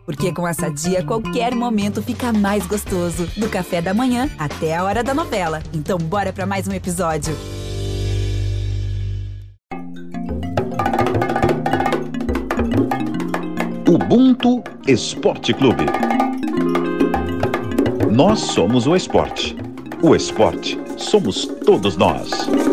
Porque com a Sadia, qualquer momento fica mais gostoso. Do café da manhã até a hora da novela. Então bora pra mais um episódio. Ubuntu Esporte Clube. Nós somos o esporte. O esporte somos todos nós.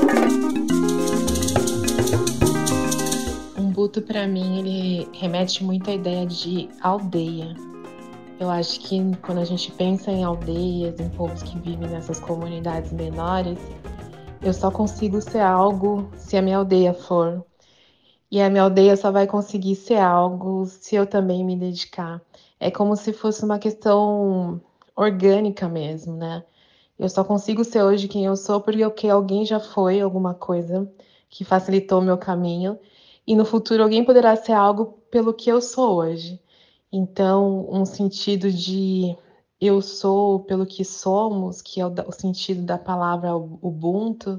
Ubuntu, para mim, ele remete muito à ideia de aldeia. Eu acho que quando a gente pensa em aldeias, em povos que vivem nessas comunidades menores, eu só consigo ser algo se a minha aldeia for. E a minha aldeia só vai conseguir ser algo se eu também me dedicar. É como se fosse uma questão orgânica mesmo, né? Eu só consigo ser hoje quem eu sou porque alguém já foi alguma coisa que facilitou o meu caminho. E no futuro alguém poderá ser algo pelo que eu sou hoje. Então, um sentido de eu sou pelo que somos, que é o sentido da palavra Ubuntu,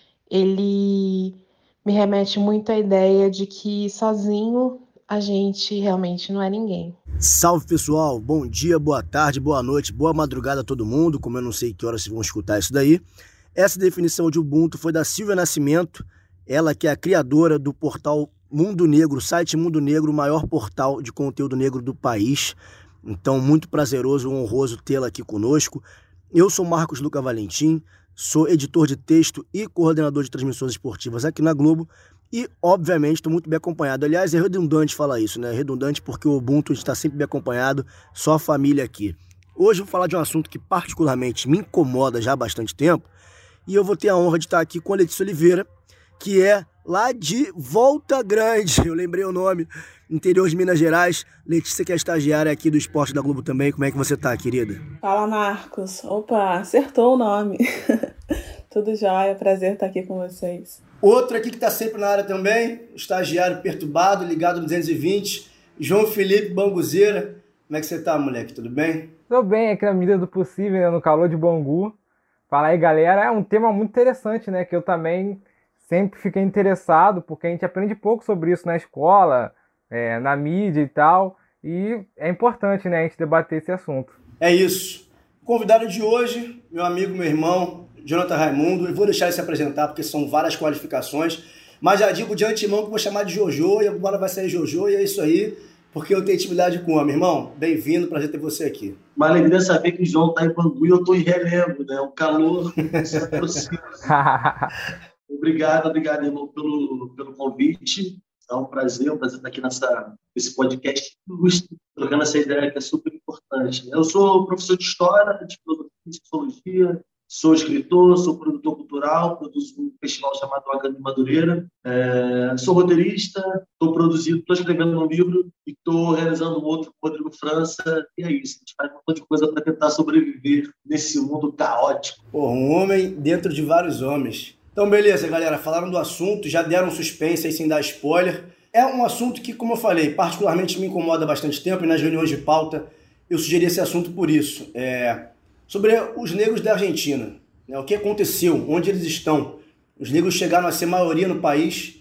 ele me remete muito à ideia de que sozinho a gente realmente não é ninguém. Salve, pessoal! Bom dia, boa tarde, boa noite, boa madrugada a todo mundo, como eu não sei que horas vocês vão escutar isso daí. Essa definição de Ubuntu foi da Silvia Nascimento, ela que é a criadora do portal Mundo Negro, site Mundo Negro, o maior portal de conteúdo negro do país. Então, muito prazeroso, honroso tê-la aqui conosco. Eu sou Marcos Luca Valentim, sou editor de texto e coordenador de transmissões esportivas aqui na Globo e, obviamente, estou muito bem acompanhado. Aliás, é redundante falar isso, né? É redundante porque o Ubuntu está sempre bem acompanhado, só a família aqui. Hoje eu vou falar de um assunto que particularmente me incomoda já há bastante tempo e eu vou ter a honra de estar aqui com a Letícia Oliveira, que é lá de Volta Grande, eu lembrei o nome, interior de Minas Gerais. Letícia, que é estagiária aqui do Esporte da Globo também, como é que você tá, querida? Fala, Marcos. Opa, acertou o nome. Tudo jóia, prazer estar aqui com vocês. Outro aqui que tá sempre na área também, estagiário perturbado, ligado no 220, João Felipe Banguzeira. Como é que você tá, moleque? Tudo bem? Tô bem, aqui na medida do possível, né, no calor de Bangu. Fala aí, galera, é um tema muito interessante, né, que eu também sempre fiquei interessado, porque a gente aprende pouco sobre isso na escola, na mídia e tal, e é importante, né, a gente debater esse assunto. É isso. O convidado de hoje, meu amigo, meu irmão, Jonathan Raimundo. Eu vou deixar ele se apresentar, porque são várias qualificações, mas já digo de antemão que vou chamar de Jojo, e agora vai sair Jojo, e é isso aí, porque eu tenho intimidade com o homem. Irmão, bem-vindo, prazer ter você aqui. Uma alegria saber que o João está em Bangu e eu estou em Relembro, né? O calor se aproxima. Obrigado, irmão, pelo convite. É um prazer estar aqui nesse podcast trocando essa ideia que é super importante. Eu sou professor de História, de Filosofia e Sociologia, sou escritor, sou produtor cultural, produzo um festival chamado Academia de Madureira, sou roteirista, estou escrevendo um livro e estou realizando um outro com o Rodrigo França, e é isso, a gente faz um monte de coisa para tentar sobreviver nesse mundo caótico. Pô, um homem dentro de vários homens. Então, beleza, galera, falaram do assunto, já deram suspense aí sem dar spoiler. É um assunto que, como eu falei, particularmente me incomoda há bastante tempo e nas reuniões de pauta eu sugeri esse assunto por isso. Sobre os negros da Argentina, né? O que aconteceu, onde eles estão. Os negros chegaram a ser maioria no país,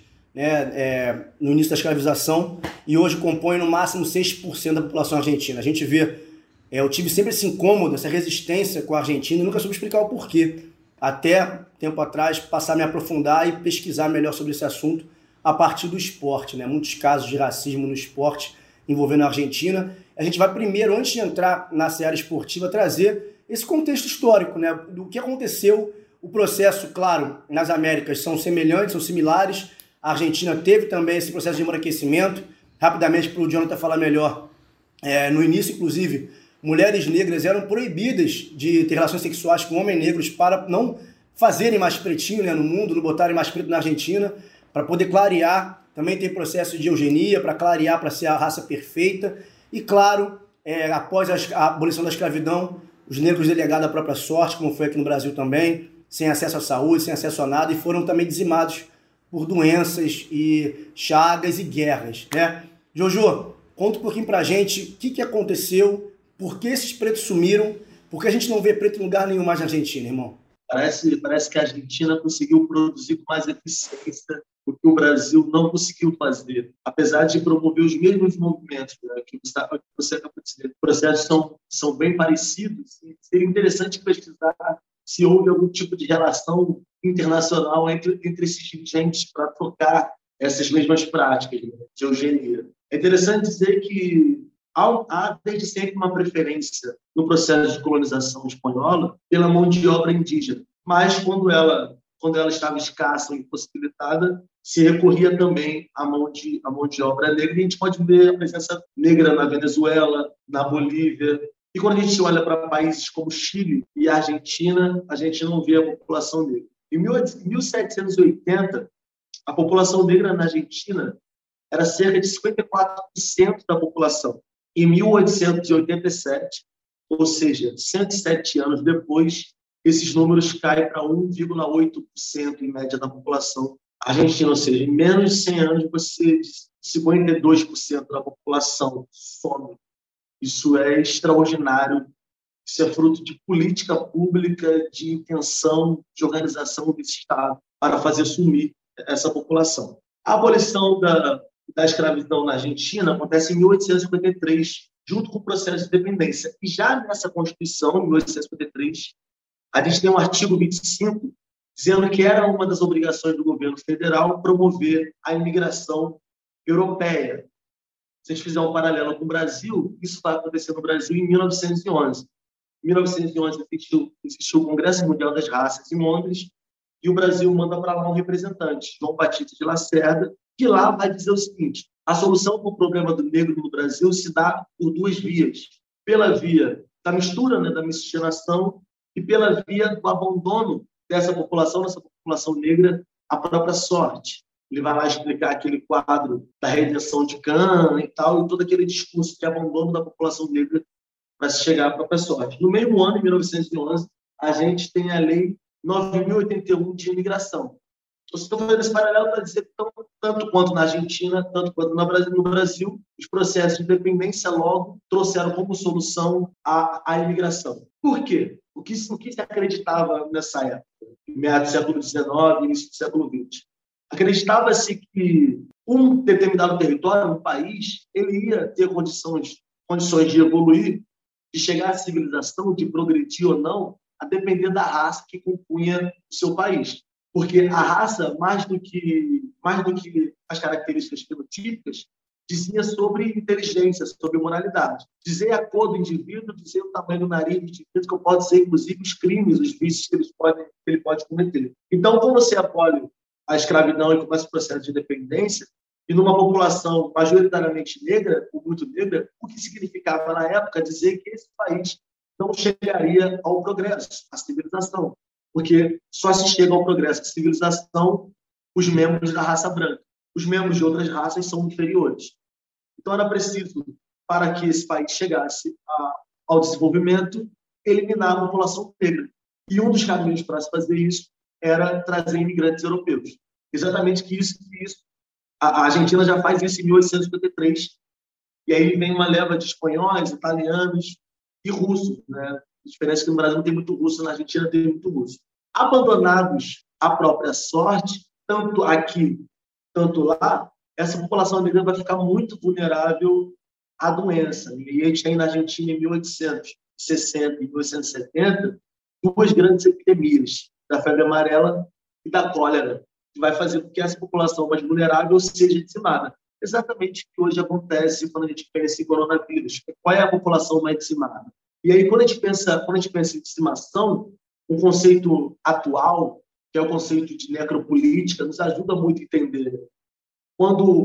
né, no início da escravização, e hoje compõem no máximo 6% da população argentina. A gente vê, eu tive sempre esse incômodo, essa resistência com a Argentina, e nunca soube explicar o porquê. Até tempo atrás, passar a me aprofundar e pesquisar melhor sobre esse assunto a partir do esporte, né? Muitos casos de racismo no esporte envolvendo a Argentina. A gente vai primeiro, antes de entrar na seara esportiva, trazer esse contexto histórico, né? Do que aconteceu. O processo, claro, nas Américas são semelhantes, são similares. A Argentina teve também esse processo de embranquecimento. Rapidamente, para o Jonathan falar melhor, no início, inclusive, mulheres negras eram proibidas de ter relações sexuais com homens negros para não fazerem mais pretinho, né, no mundo, não botarem mais preto na Argentina, para poder clarear. Também tem processo de eugenia, para clarear, para ser a raça perfeita. E, claro, após a abolição da escravidão, os negros delegados à própria sorte, como foi aqui no Brasil também, sem acesso à saúde, sem acesso a nada, e foram também dizimados por doenças e chagas e guerras, né? Jojo, conta um pouquinho pra gente o que aconteceu, por que esses pretos sumiram, por que a gente não vê preto em lugar nenhum mais na Argentina, irmão? Parece que a Argentina conseguiu produzir com mais eficiência o que o Brasil não conseguiu fazer, apesar de promover os mesmos movimentos, né, que você acabou de dizer. Os processos são bem parecidos e seria interessante pesquisar se houve algum tipo de relação internacional entre esses dirigentes para trocar essas mesmas práticas, né, de eugenia. É interessante dizer que há desde sempre uma preferência no processo de colonização espanhola pela mão de obra indígena, mas quando ela estava escassa ou impossibilitada, se recorria também à mão de obra negra. E a gente pode ver a presença negra na Venezuela, na Bolívia. E quando a gente olha para países como Chile e Argentina, a gente não vê a população negra. Em 1780, a população negra na Argentina era cerca de 54% da população. Em 1887, ou seja, 107 anos depois, esses números caem para 1,8% em média da população argentina, ou seja, em menos de 100 anos, 52% da população some. Isso é extraordinário, isso é fruto de política pública, de intenção, de organização desse Estado para fazer sumir essa população. A abolição da escravidão na Argentina acontece em 1853, junto com o processo de independência. E já nessa Constituição, em 1853, a gente tem um artigo 25 dizendo que era uma das obrigações do governo federal promover a imigração europeia. Se a gente fizer um paralelo com o Brasil, isso vai acontecer no Brasil em 1911. Em 1911 existiu o Congresso Mundial das Raças em Londres e o Brasil manda para lá um representante, João Batista de Lacerda, que lá vai dizer o seguinte: a solução para o problema do negro no Brasil se dá por duas vias. Pela via da mistura, né, da miscigenação, e pela via do abandono dessa população negra, à própria sorte. Ele vai lá explicar aquele quadro da redenção de Cana e tal, e todo aquele discurso de abandono da população negra para se chegar à própria sorte. No mesmo ano, em 1911, a gente tem a Lei 9.081 de imigração. Eu estou fazendo esse paralelo para dizer que, tanto quanto na Argentina, tanto quanto no Brasil, os processos de independência logo trouxeram como solução a imigração. Por quê? O que se acreditava nessa época, meados do século XIX e início do século XX? Acreditava-se que um determinado território, um país, ele ia ter condições de evoluir, de chegar à civilização, de progredir ou não, a depender da raça que compunha o seu país. Porque a raça, mais do que as características fenotípicas, dizia sobre inteligência, sobre moralidade. Dizer a cor do indivíduo, dizer o tamanho do nariz do indivíduo, que eu posso dizer, inclusive, os crimes, os vícios que ele pode cometer. Então, quando você abole a escravidão e começa o processo de independência, e numa população majoritariamente negra, ou muito negra, o que significava, na época, dizer que esse país não chegaria ao progresso, à civilização. Porque só se chega ao progresso, à civilização, os membros da raça branca. Os membros de outras raças são inferiores. Então, era preciso, para que esse país chegasse ao desenvolvimento, eliminar a população negra. E um dos caminhos para se fazer isso era trazer imigrantes europeus. Exatamente isso. A Argentina já faz isso em 1853. E aí vem uma leva de espanhóis, italianos e russos, né? A diferença é que no Brasil não tem muito russo, na Argentina tem muito russo. Abandonados à própria sorte, tanto aqui, tanto lá, essa população negra vai ficar muito vulnerável à doença. E a gente tem na Argentina, em 1860 e 1870, duas grandes epidemias, da febre amarela e da cólera, que vai fazer com que essa população mais vulnerável seja dizimada. Exatamente o que hoje acontece quando a gente pensa em coronavírus. Qual é a população mais dizimada? E aí, quando a gente pensa em dizimação, um conceito atual, que é o conceito de necropolítica, nos ajuda muito a entender. Quando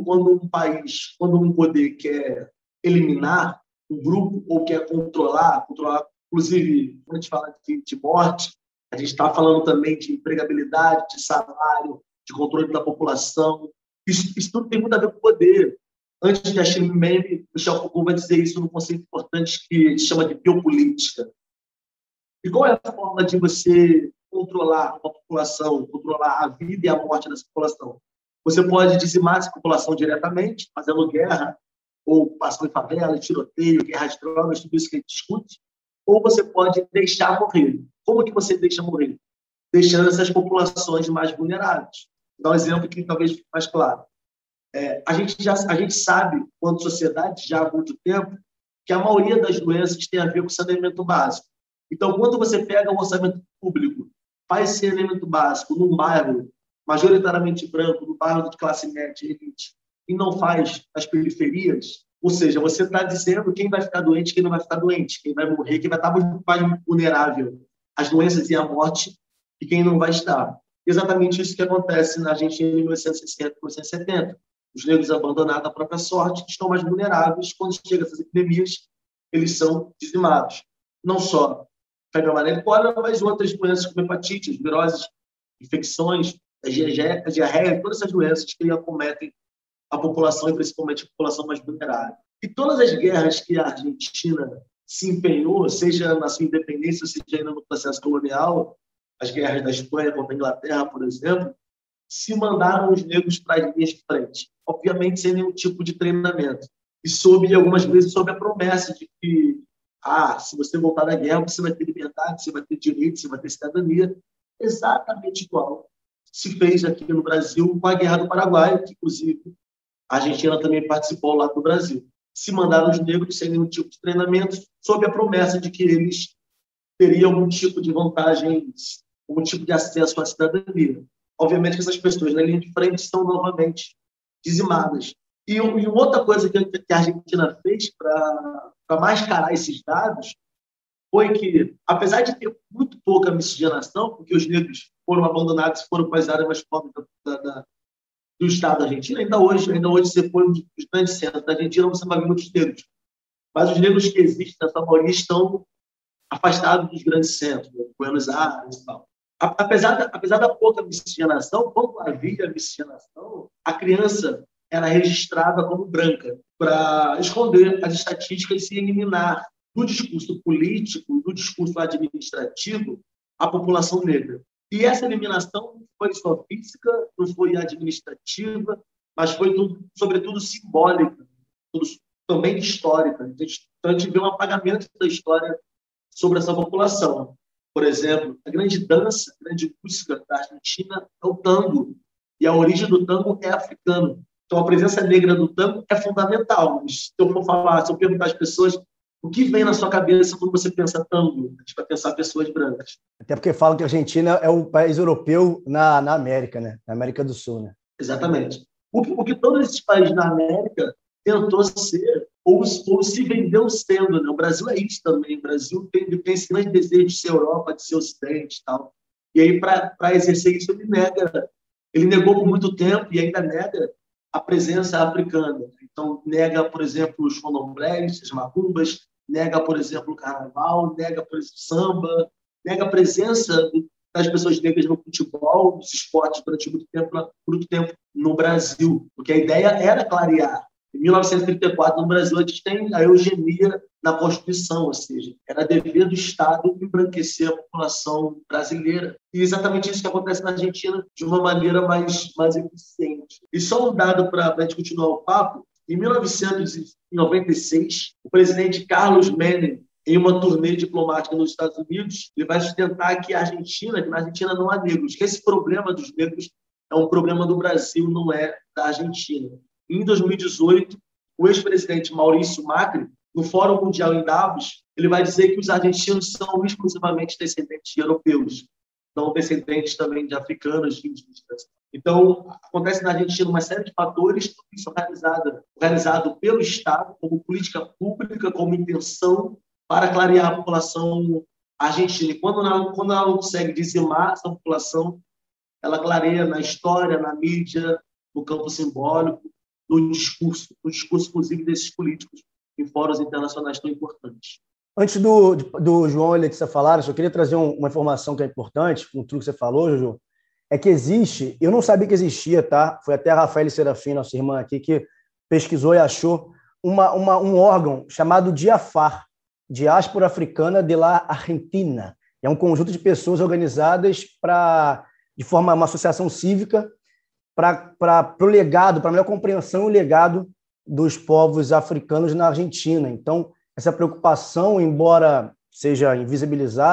um poder quer eliminar um grupo ou quer controlar, inclusive, quando a gente fala de morte, a gente está falando também de empregabilidade, de salário, de controle da população. Isso tudo tem muito a ver com poder. Antes de Achille Mbembe, Michel Foucault vai dizer isso num conceito importante que ele chama de biopolítica. E qual é a forma de você controlar uma população, controlar a vida e a morte dessa população? Você pode dizimar essa população diretamente, fazendo guerra, ou ocupação em favela, tiroteio, guerra de drogas, tudo isso que a gente discute, ou você pode deixar morrer. Como que você deixa morrer? Deixando essas populações mais vulneráveis. Vou dar um exemplo que talvez fique mais claro. A gente sabe, quanto sociedade, já há muito tempo, que a maioria das doenças tem a ver com saneamento básico. Então, quando você pega o orçamento público, faz saneamento básico num bairro majoritariamente branco, no bairro de classe média, elite, e não faz nas periferias, ou seja, você está dizendo quem vai ficar doente, quem não vai ficar doente, quem vai morrer, quem vai estar muito mais vulnerável às doenças e à morte, e quem não vai estar. Exatamente isso que acontece na Argentina em 1960, 1970. Os negros abandonados à própria sorte estão mais vulneráveis. Quando chegam essas epidemias, eles são dizimados. Não só febre amarela e cólera, mas outras doenças como hepatite, viroses, infecções, diarreia, todas essas doenças que acometem a população e principalmente a população mais vulnerável. E todas as guerras que a Argentina se empenhou, seja na sua independência, seja ainda no processo colonial, as guerras da Espanha contra a Inglaterra, por exemplo, se mandaram os negros para as linhas de frente, obviamente sem nenhum tipo de treinamento. E algumas vezes sob a promessa de que se você voltar da guerra, você vai ter liberdade, você vai ter direito, você vai ter cidadania. Exatamente igual se fez aqui no Brasil com a Guerra do Paraguai, que, inclusive, a Argentina também participou lá do Brasil. Se mandaram os negros sem nenhum tipo de treinamento, sob a promessa de que eles teriam algum tipo de vantagens, algum tipo de acesso à cidadania. Obviamente que essas pessoas na linha de frente são novamente dizimadas. E outra coisa que a Argentina fez para mascarar esses dados foi que, apesar de ter muito pouca miscigenação, porque os negros foram abandonados, foram para as áreas mais pobres do Estado da Argentina, ainda hoje você foi nos grandes centros da Argentina, você vai ver muitos negros. Mas os negros que existem nessa maioria estão afastados dos grandes centros, Buenos Aires e tal. Apesar da pouca miscigenação, quando havia miscigenação, a criança era registrada como branca, para esconder as estatísticas e eliminar do discurso político e do discurso administrativo a população negra. E essa eliminação não foi só física, não foi administrativa, mas foi, sobretudo, simbólica, também histórica. Então, a gente vê um apagamento da história sobre essa população. Por exemplo, a grande dança, a grande música da Argentina é o tango, e a origem do tango é africana. Então, a presença negra do tango é fundamental. Se eu perguntar às pessoas o que vem na sua cabeça quando você pensa tango, a gente vai pensar pessoas brancas. Até porque falam que a Argentina é o país europeu na América, né? Na América do Sul, né? Exatamente. O que todos esses países na América tentou ser, ou se vendeu sendo, né? O Brasil é isso também. O Brasil tem esse grande desejo de ser Europa, de ser Ocidente e tal. E aí, para exercer isso, ele negou por muito tempo e ainda nega a presença africana. Então, nega, por exemplo, os candomblés, as macumbas, nega, por exemplo, o carnaval, nega, por exemplo, o samba, nega a presença das pessoas negras no futebol, nos esportes durante muito tempo no Brasil, porque a ideia era clarear. Em 1934, no Brasil, a gente tem a eugenia na Constituição, ou seja, era dever do Estado embranquecer a população brasileira. E exatamente isso que acontece na Argentina de uma maneira mais eficiente. E só um dado para a gente continuar o papo: em 1996, o presidente Carlos Menem, em uma turnê diplomática nos Estados Unidos, ele vai sustentar que na Argentina não há negros, que esse problema dos negros é um problema do Brasil, não é da Argentina. Em 2018, o ex-presidente Maurício Macri, no Fórum Mundial em Davos, ele vai dizer que os argentinos são exclusivamente descendentes de europeus, não descendentes também de africanos, de indígenas. Então, acontece na Argentina uma série de fatores, tudo isso realizado pelo Estado, como política pública, como intenção para clarear a população argentina. E quando ela não consegue dizimar essa população, ela clareia na história, na mídia, no campo simbólico, no discurso, inclusive, desses políticos em fóruns internacionais tão importantes. Antes do João e Letícia falarem, só queria trazer uma informação que é importante, um truque que você falou, Jojo, é que existe, eu não sabia que existia, tá? Foi até a Rafaela Serafim, nossa irmã aqui, que pesquisou e achou um órgão chamado DIAFAR, Diáspora Africana de la Argentina. É um conjunto de pessoas organizadas de forma uma associação cívica para o legado, para a melhor compreensão e o legado dos povos africanos na Argentina. Então, essa preocupação, embora seja invisibilizada,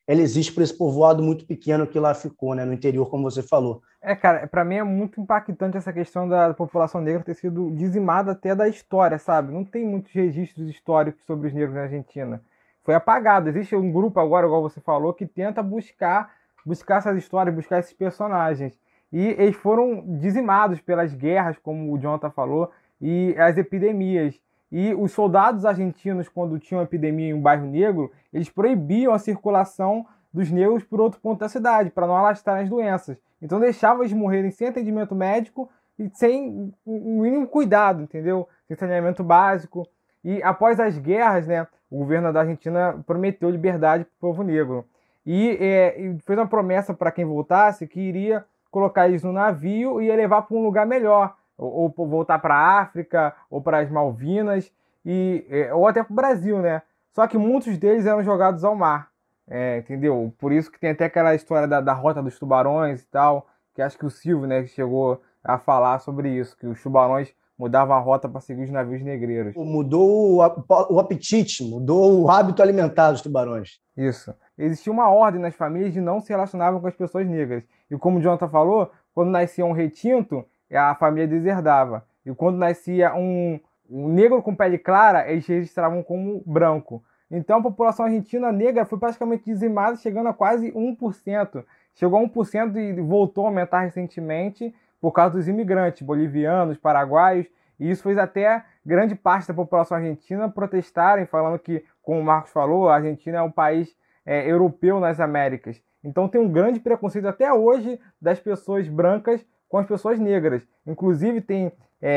ela existe para esse povoado muito pequeno que lá ficou, né, no interior, como você falou. Cara, pra mim é muito impactante essa questão da população negra ter sido dizimada até da história, sabe? Não tem muitos registros históricos sobre os negros na Argentina. Foi apagado. Existe um grupo agora, igual você falou, que tenta buscar essas histórias, buscar esses personagens. E eles foram dizimados pelas guerras, como o Jonathan falou, e as epidemias. E os soldados argentinos, quando tinham epidemia em um bairro negro, eles proibiam a circulação dos negros por outro ponto da cidade, para não alastrarem as doenças. Então deixava eles morrerem sem atendimento médico e sem o mínimo cuidado, entendeu? Sem saneamento básico. E após as guerras, né, o governo da Argentina prometeu liberdade para o povo negro. E fez uma promessa para quem voltasse que iria colocar eles no navio e ia levar para um lugar melhor, ou voltar para a África, ou para as Malvinas, ou até para o Brasil, né? Só que muitos deles eram jogados ao mar. Entendeu? Por isso que tem até aquela história da Rota dos Tubarões e tal, que acho que o Silvio, né, chegou a falar sobre isso, que os tubarões mudavam a rota para seguir os navios negreiros. Mudou o apetite, mudou o hábito alimentar dos tubarões. Isso. Existia uma ordem nas famílias de não se relacionavam com as pessoas negras. E como o Jonathan falou, quando nascia um retinto, a família deserdava. E quando nascia um negro com pele clara, eles registravam como branco. Então a população argentina negra foi praticamente dizimada, chegando a quase 1%. Chegou a 1% e voltou a aumentar recentemente por causa dos imigrantes bolivianos, paraguaios. E isso fez até grande parte da população argentina protestarem, falando que, como o Marcos falou, a Argentina é um país europeu nas Américas. Então tem um grande preconceito até hoje das pessoas brancas com as pessoas negras. Inclusive tem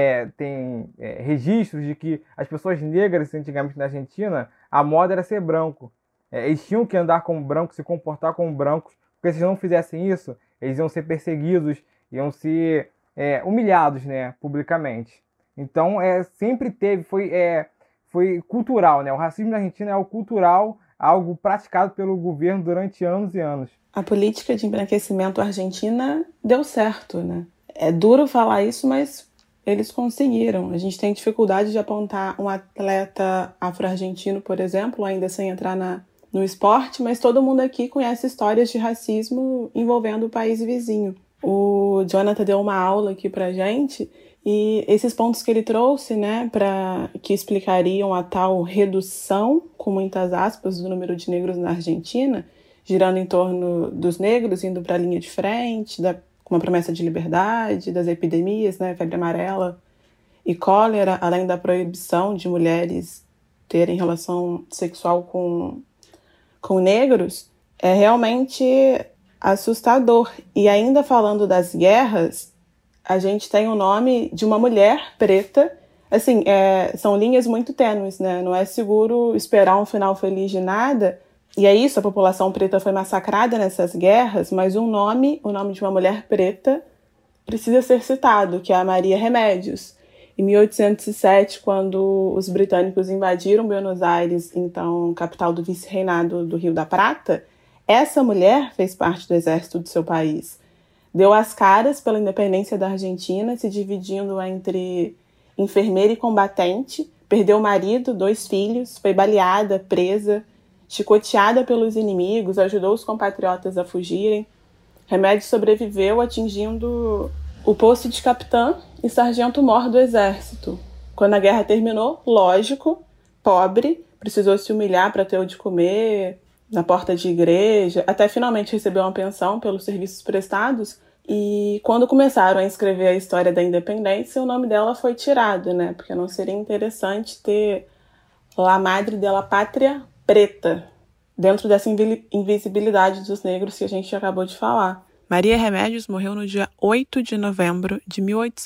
registros de que as pessoas negras, antigamente na Argentina, a moda era ser branco. Eles tinham que andar como brancos, se comportar como brancos, porque se eles não fizessem isso, eles iam ser perseguidos, iam ser humilhados, né, publicamente. Então sempre teve, foi cultural, né? O racismo na Argentina é algo cultural, algo praticado pelo governo durante anos e anos. A política de embranquecimento argentina deu certo, né? É duro falar isso, mas eles conseguiram. A gente tem dificuldade de apontar um atleta afro-argentino, por exemplo, ainda sem entrar no esporte, mas todo mundo aqui conhece histórias de racismo envolvendo o país vizinho. O Jonathan deu uma aula aqui pra gente e esses pontos que ele trouxe, né, que explicariam a tal redução, com muitas aspas, do número de negros na Argentina, girando em torno dos negros indo para a linha de frente, com uma promessa de liberdade, das epidemias, né, febre amarela e cólera, além da proibição de mulheres terem relação sexual com negros, é realmente assustador. E ainda falando das guerras, a gente tem o nome de uma mulher preta. Assim, são linhas muito tênues, né? Não é seguro esperar um final feliz de nada. E é isso, a população preta foi massacrada nessas guerras, mas o nome de uma mulher preta precisa ser citado, que é a Maria Remédios. Em 1807, quando os britânicos invadiram Buenos Aires, então capital do vice-reinado do Rio da Prata, essa mulher fez parte do exército do seu país. Deu as caras pela independência da Argentina, se dividindo entre enfermeira e combatente, perdeu o marido, 2 filhos, foi baleada, presa, chicoteada pelos inimigos, ajudou os compatriotas a fugirem. Remédios sobreviveu atingindo o posto de capitã e sargento-mor do exército. Quando a guerra terminou, lógico, pobre, precisou se humilhar para ter o de comer, na porta de igreja, até finalmente recebeu uma pensão pelos serviços prestados. E quando começaram a escrever a história da independência, o nome dela foi tirado, né? Porque não seria interessante ter La Madre de la Pátria preta dentro dessa invisibilidade dos negros que a gente acabou de falar. Maria Remédios morreu no dia 8 de novembro de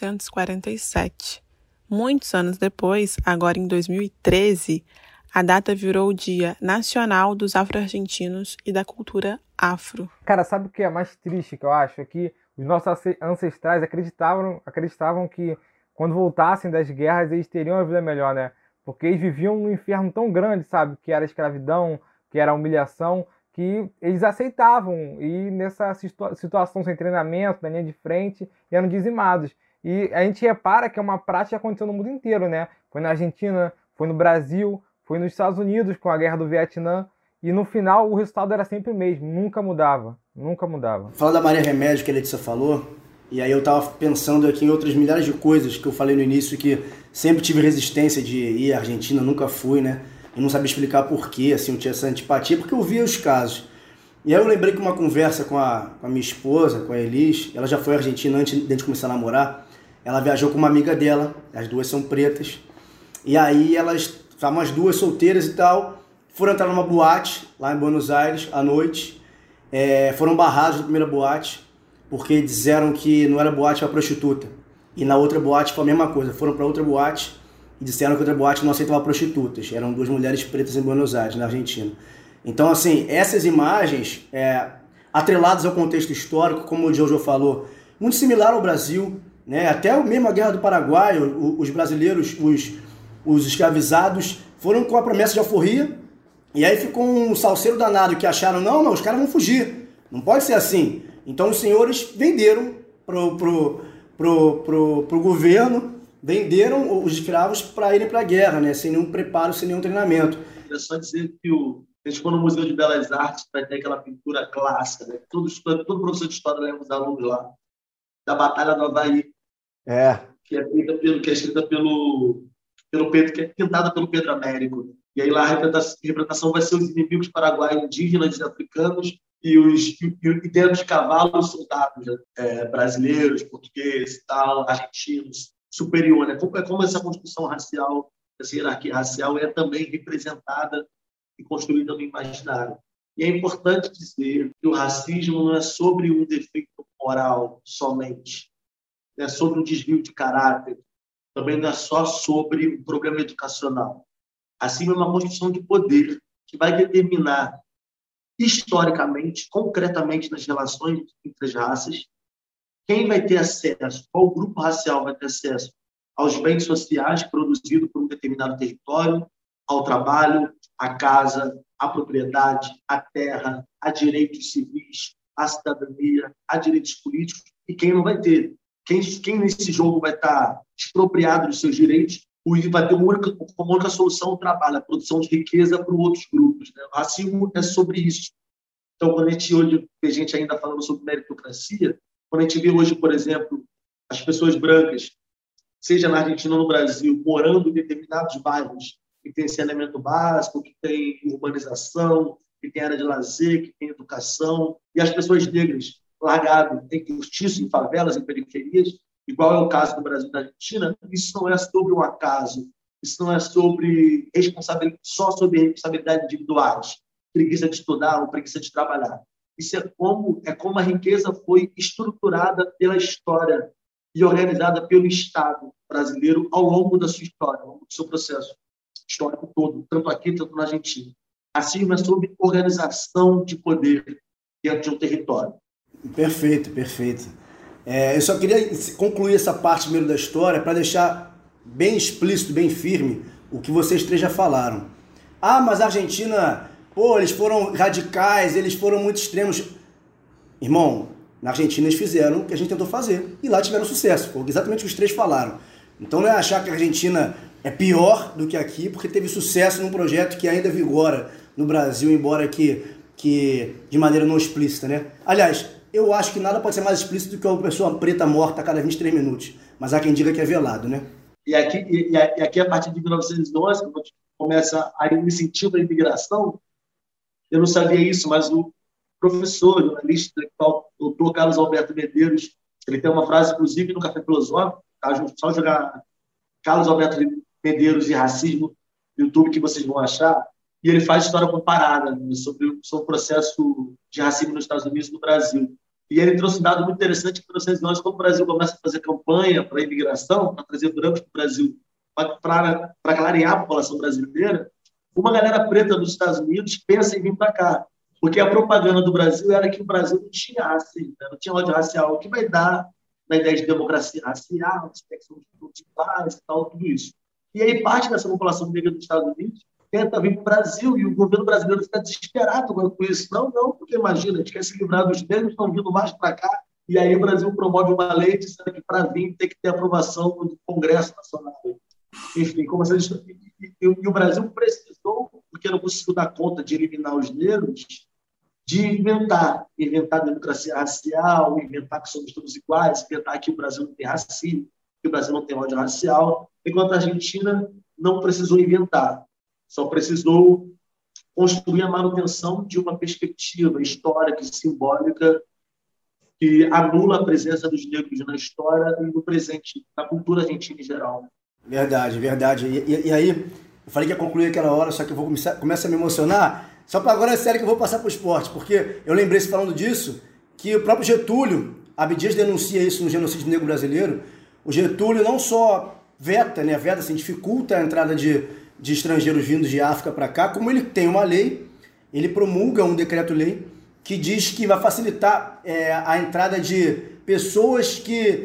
1847. Muitos anos depois, agora em 2013, a data virou o Dia Nacional dos Afro-Argentinos e da Cultura Afro. Cara, sabe o que é mais triste que eu acho? É que os nossos ancestrais acreditavam que quando voltassem das guerras eles teriam uma vida melhor, né? Porque eles viviam num inferno tão grande, sabe? Que era a escravidão, que era a humilhação, que eles aceitavam ir nessa situação sem treinamento, na linha de frente, e eram dizimados. E a gente repara que é uma prática que aconteceu no mundo inteiro, né? Foi na Argentina, foi no Brasil, foi nos Estados Unidos com a Guerra do Vietnã. e no final o resultado era sempre o mesmo, nunca mudava. Fala da Maria Remédio que a Letícia falou, e aí eu tava pensando aqui em outras milhares de coisas que eu falei no início, que sempre tive resistência de ir à Argentina, nunca fui, né? Eu não sabia explicar por quê, assim, eu tinha essa antipatia, porque eu via os casos. E aí eu lembrei que uma conversa com a minha esposa, com a Elis, ela já foi à Argentina antes de a gente começar a namorar, ela viajou com uma amiga dela, as duas são pretas, e aí elas, estavam as duas solteiras e tal, foram entrar numa boate lá em Buenos Aires à noite, foram barrados na primeira boate, porque disseram que não era boate para prostituta. E na outra boate foi a mesma coisa, foram para outra boate e disseram que outra boate não aceitava prostitutas. Eram duas mulheres pretas em Buenos Aires, na Argentina. Então, assim, essas imagens, atreladas ao contexto histórico, como o Jojo falou, muito similar ao Brasil, né? Até mesmo a Guerra do Paraguai, os brasileiros, os escravizados, foram com a promessa de alforria, e aí ficou um salseiro danado que acharam, não, os caras vão fugir, não pode ser assim. Então os senhores venderam pro governo, venderam os escravos para irem para a guerra, né? Sem nenhum preparo, sem nenhum treinamento. É só dizer que a gente for no Museu de Belas Artes, vai ter aquela pintura clássica, né? Todo professor de história leva os alunos lá, da Batalha do Havaí, que é escrita pelo Pedro, que é pintada pelo Pedro Américo. E aí lá a representação vai ser os inimigos paraguaios, indígenas e africanos, e dentro de cavalos soldados, né? Brasileiros, portugueses, argentinos, superior, né? Como essa construção racial, essa hierarquia racial é também representada e construída no imaginário. E é importante dizer que o racismo não é sobre um defeito moral somente, não é sobre um desvio de caráter, também não é só sobre um problema educacional. Assim, é uma construção de poder que vai determinar historicamente, concretamente nas relações entre as raças, quem vai ter acesso, qual grupo racial vai ter acesso aos bens sociais produzidos por um determinado território, ao trabalho, à casa, à propriedade, à terra, a direitos civis, à cidadania, a direitos políticos, e quem não vai ter. Quem nesse jogo vai estar expropriado dos seus direitos, vai ter como única solução o trabalho, a produção de riqueza para outros grupos, né? O racismo é sobre isso. Então, quando a gente hoje vê gente ainda falando sobre meritocracia, quando a gente vê hoje, por exemplo, as pessoas brancas, seja na Argentina ou no Brasil, morando em determinados bairros que tem saneamento básico, que tem urbanização, que tem área de lazer, que tem educação, e as pessoas negras largadas em cortiço, em favelas, em periferias, igual é o caso do Brasil e da Argentina, isso não é sobre um acaso, isso não é só sobre responsabilidades individuais, preguiça de estudar ou preguiça de trabalhar. Isso é como a riqueza foi estruturada pela história e organizada pelo Estado brasileiro ao longo da sua história, ao longo do seu processo histórico todo, tanto aqui quanto na Argentina. Assim, é sobre organização de poder dentro de um território. Perfeito. Eu só queria concluir essa parte primeiro da história para deixar bem explícito, bem firme o que vocês três já falaram. Mas a Argentina, eles foram radicais, eles foram muito extremos. Irmão, na Argentina eles fizeram o que a gente tentou fazer e lá tiveram sucesso. Foi exatamente o que os três falaram. Então não é achar que a Argentina é pior do que aqui porque teve sucesso num projeto que ainda vigora no Brasil, embora que de maneira não explícita, né? Aliás, eu acho que nada pode ser mais explícito do que uma pessoa preta morta a cada 23 minutos. Mas há quem diga que é velado, né? E aqui a partir de 1911, quando começa a incentivo à imigração, eu não sabia isso, mas o professor, jornalista intelectual, doutor Carlos Alberto Medeiros, ele tem uma frase, inclusive, no Café Filosófico, tá? Só jogar Carlos Alberto Medeiros e racismo no YouTube que vocês vão achar, e ele faz história comparada, né, sobre o processo de racismo nos Estados Unidos e no Brasil. E ele trouxe um dado muito interessante que, em 1911, quando o Brasil começa a fazer campanha para a imigração, para trazer brancos para o Brasil, para clarear a população brasileira, uma galera preta dos Estados Unidos pensa em vir para cá, porque a propaganda do Brasil era que o Brasil não tinha racismo, né? Não tinha ódio racial, o que vai dar na ideia de democracia racial, de classe e tal, tudo isso. E aí parte dessa população negra dos Estados Unidos tenta vir para o Brasil e o governo brasileiro fica desesperado com isso. Não, porque imagina, a gente quer se livrar dos negros, estão vindo mais para cá, e aí o Brasil promove uma lei dizendo que para vir tem que ter aprovação do Congresso Nacional. Enfim, e o Brasil precisou, porque porque não conseguiu dar conta de eliminar os negros, de inventar democracia racial, inventar que somos todos iguais, inventar que o Brasil não tem racismo, que o Brasil não tem ódio racial, enquanto a Argentina não precisou inventar, só precisou construir a manutenção de uma perspectiva histórica e simbólica que anula a presença dos negros na história e no presente, na cultura argentina em geral. Verdade, verdade. E aí, eu falei que ia concluir aquela hora, só que eu vou começar a me emocionar. Só para agora é sério que eu vou passar para o esporte, porque eu lembrei, falando disso, que o próprio Getúlio, Abdias denuncia isso no genocídio negro brasileiro. O Getúlio não só veta, assim, dificulta a entrada de estrangeiros vindos de África para cá, como ele tem uma lei, ele promulga um decreto-lei que diz que vai facilitar a entrada de pessoas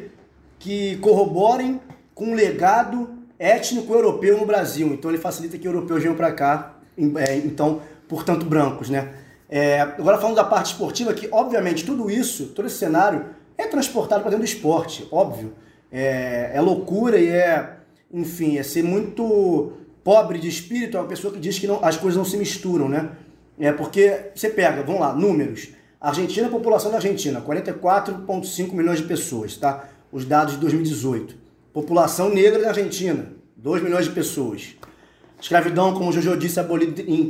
que corroborem com o legado étnico europeu no Brasil. Então ele facilita que europeus venham para cá, então, portanto, brancos, né? Agora falando da parte esportiva, que obviamente tudo isso, todo esse cenário é transportado para dentro do esporte, óbvio. É loucura e enfim, é ser muito pobre de espírito, é uma pessoa que diz que as coisas não se misturam, né? Porque você pega, vamos lá, números. Argentina, população da Argentina, 44,5 milhões de pessoas, tá? Os dados de 2018. População negra da Argentina, 2 milhões de pessoas. Escravidão, como o Jojo disse, abolida em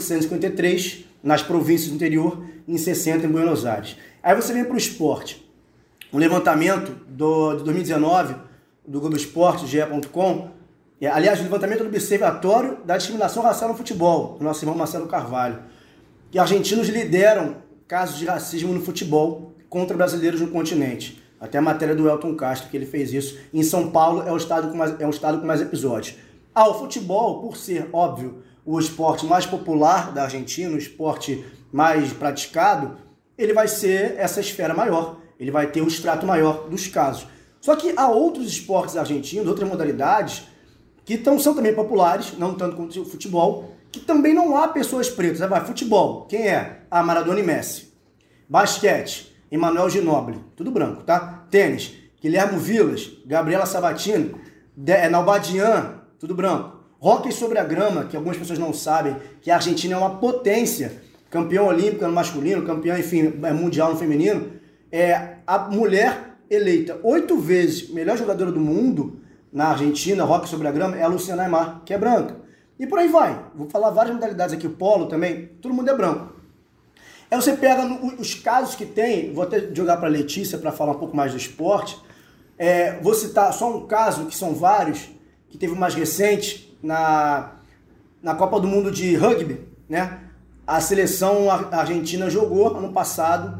1853, nas províncias do interior, em 60 em Buenos Aires. Aí você vem para o esporte. Um levantamento de 2019, do Globo Esporte, ge.com, aliás, o levantamento do Observatório da Discriminação Racial no Futebol, do nosso irmão Marcelo Carvalho. E argentinos lideram casos de racismo no futebol contra brasileiros no continente. Até a matéria do Elton Castro, que ele fez isso. Em São Paulo é o estado com mais episódios. O futebol, por ser, óbvio, o esporte mais popular da Argentina, o esporte mais praticado, ele vai ser essa esfera maior. Ele vai ter um extrato maior dos casos. Só que há outros esportes argentinos, outras modalidades, que são também populares, não tanto quanto o futebol, que também não há pessoas pretas. Futebol, quem é? Maradona e Messi. Basquete, Emmanuel Ginóbili, tudo branco, tá? Tênis, Guilherme Vilas, Gabriela Sabatini, Nalbadian, tudo branco. Hóquei sobre a grama, que algumas pessoas não sabem, que a Argentina é uma potência, campeão olímpico no masculino, campeão, enfim, mundial no feminino. A mulher eleita 8 vezes melhor jogadora do mundo na Argentina, hóquei sobre a grama, é a Luciana Aymar, que é branca. E por aí vai. Vou falar várias modalidades aqui. O polo também, todo mundo é branco. Aí você pega os casos que tem, vou até jogar para a Letícia para falar um pouco mais do esporte. Vou citar só um caso, que são vários, que teve o mais recente, na Copa do Mundo de Rugby, né? A seleção argentina jogou ano passado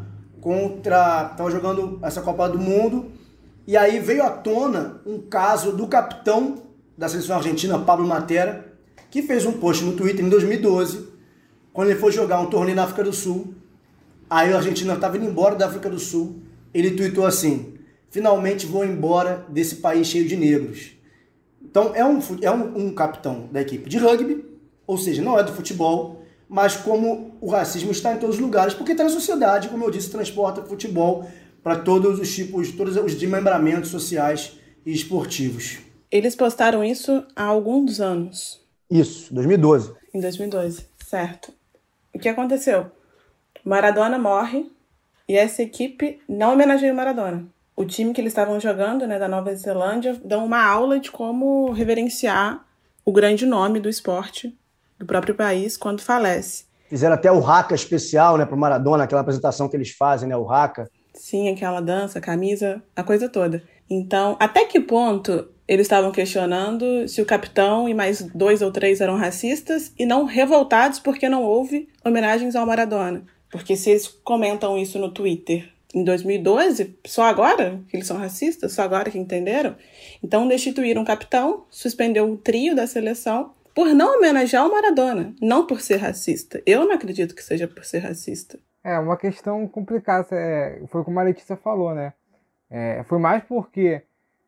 estava jogando essa Copa do Mundo, e aí veio à tona um caso do capitão da seleção argentina, Pablo Matera, que fez um post no Twitter em 2012, quando ele foi jogar um torneio na África do Sul. Aí a Argentina estava indo embora da África do Sul, ele tweetou assim: finalmente vou embora desse país cheio de negros. Então é um capitão da equipe de rugby, ou seja, não é do futebol, mas como o racismo está em todos os lugares, porque está na sociedade, como eu disse, transporta futebol para todos os tipos, todos os desmembramentos sociais e esportivos. Eles postaram isso há alguns anos. Isso, 2012. Em 2012, certo. O que aconteceu? Maradona morre e essa equipe não homenageia o Maradona. O time que eles estavam jogando, né, da Nova Zelândia, dão uma aula de como reverenciar o grande nome do esporte do próprio país quando falece. Fizeram até o haka especial, né, para o Maradona, aquela apresentação que eles fazem, né, o haka. Sim, aquela dança, camisa, a coisa toda. Então, até que ponto eles estavam questionando se o capitão e mais 2 ou 3 eram racistas e não revoltados porque não houve homenagens ao Maradona? Porque se eles comentam isso no Twitter em 2012, só agora que eles são racistas, só agora que entenderam? Então destituíram o capitão, suspendeu o trio da seleção por não homenagear o Maradona, não por ser racista. Eu não acredito que seja por ser racista. É uma questão complicada, foi como a Letícia falou, né? Foi mais porque,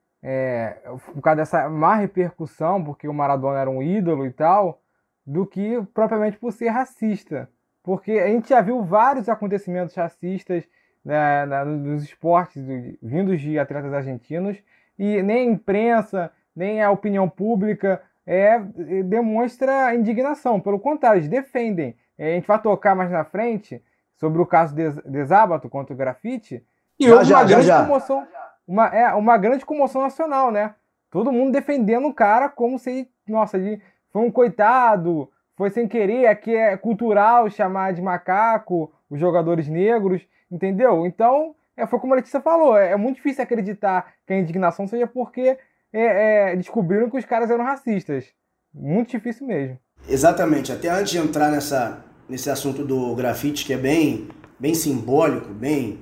por causa dessa má repercussão, porque o Maradona era um ídolo e tal, do que propriamente por ser racista. Porque a gente já viu vários acontecimentos racistas, né, nos esportes vindos de atletas argentinos, e nem a imprensa, nem a opinião pública demonstra indignação. Pelo contrário, eles defendem. A gente vai tocar mais na frente sobre o caso de Zábato contra o grafite. E houve uma grande comoção, uma grande comoção nacional, né? Todo mundo defendendo o cara como se, nossa, ele foi um coitado, foi sem querer, aqui é cultural chamar de macaco os jogadores negros, entendeu? Então, foi como a Letícia falou, é muito difícil acreditar que a indignação seja porque descobriram que os caras eram racistas. Muito difícil mesmo. Exatamente. Até antes de entrar nesse assunto do grafite, que é bem simbólico, bem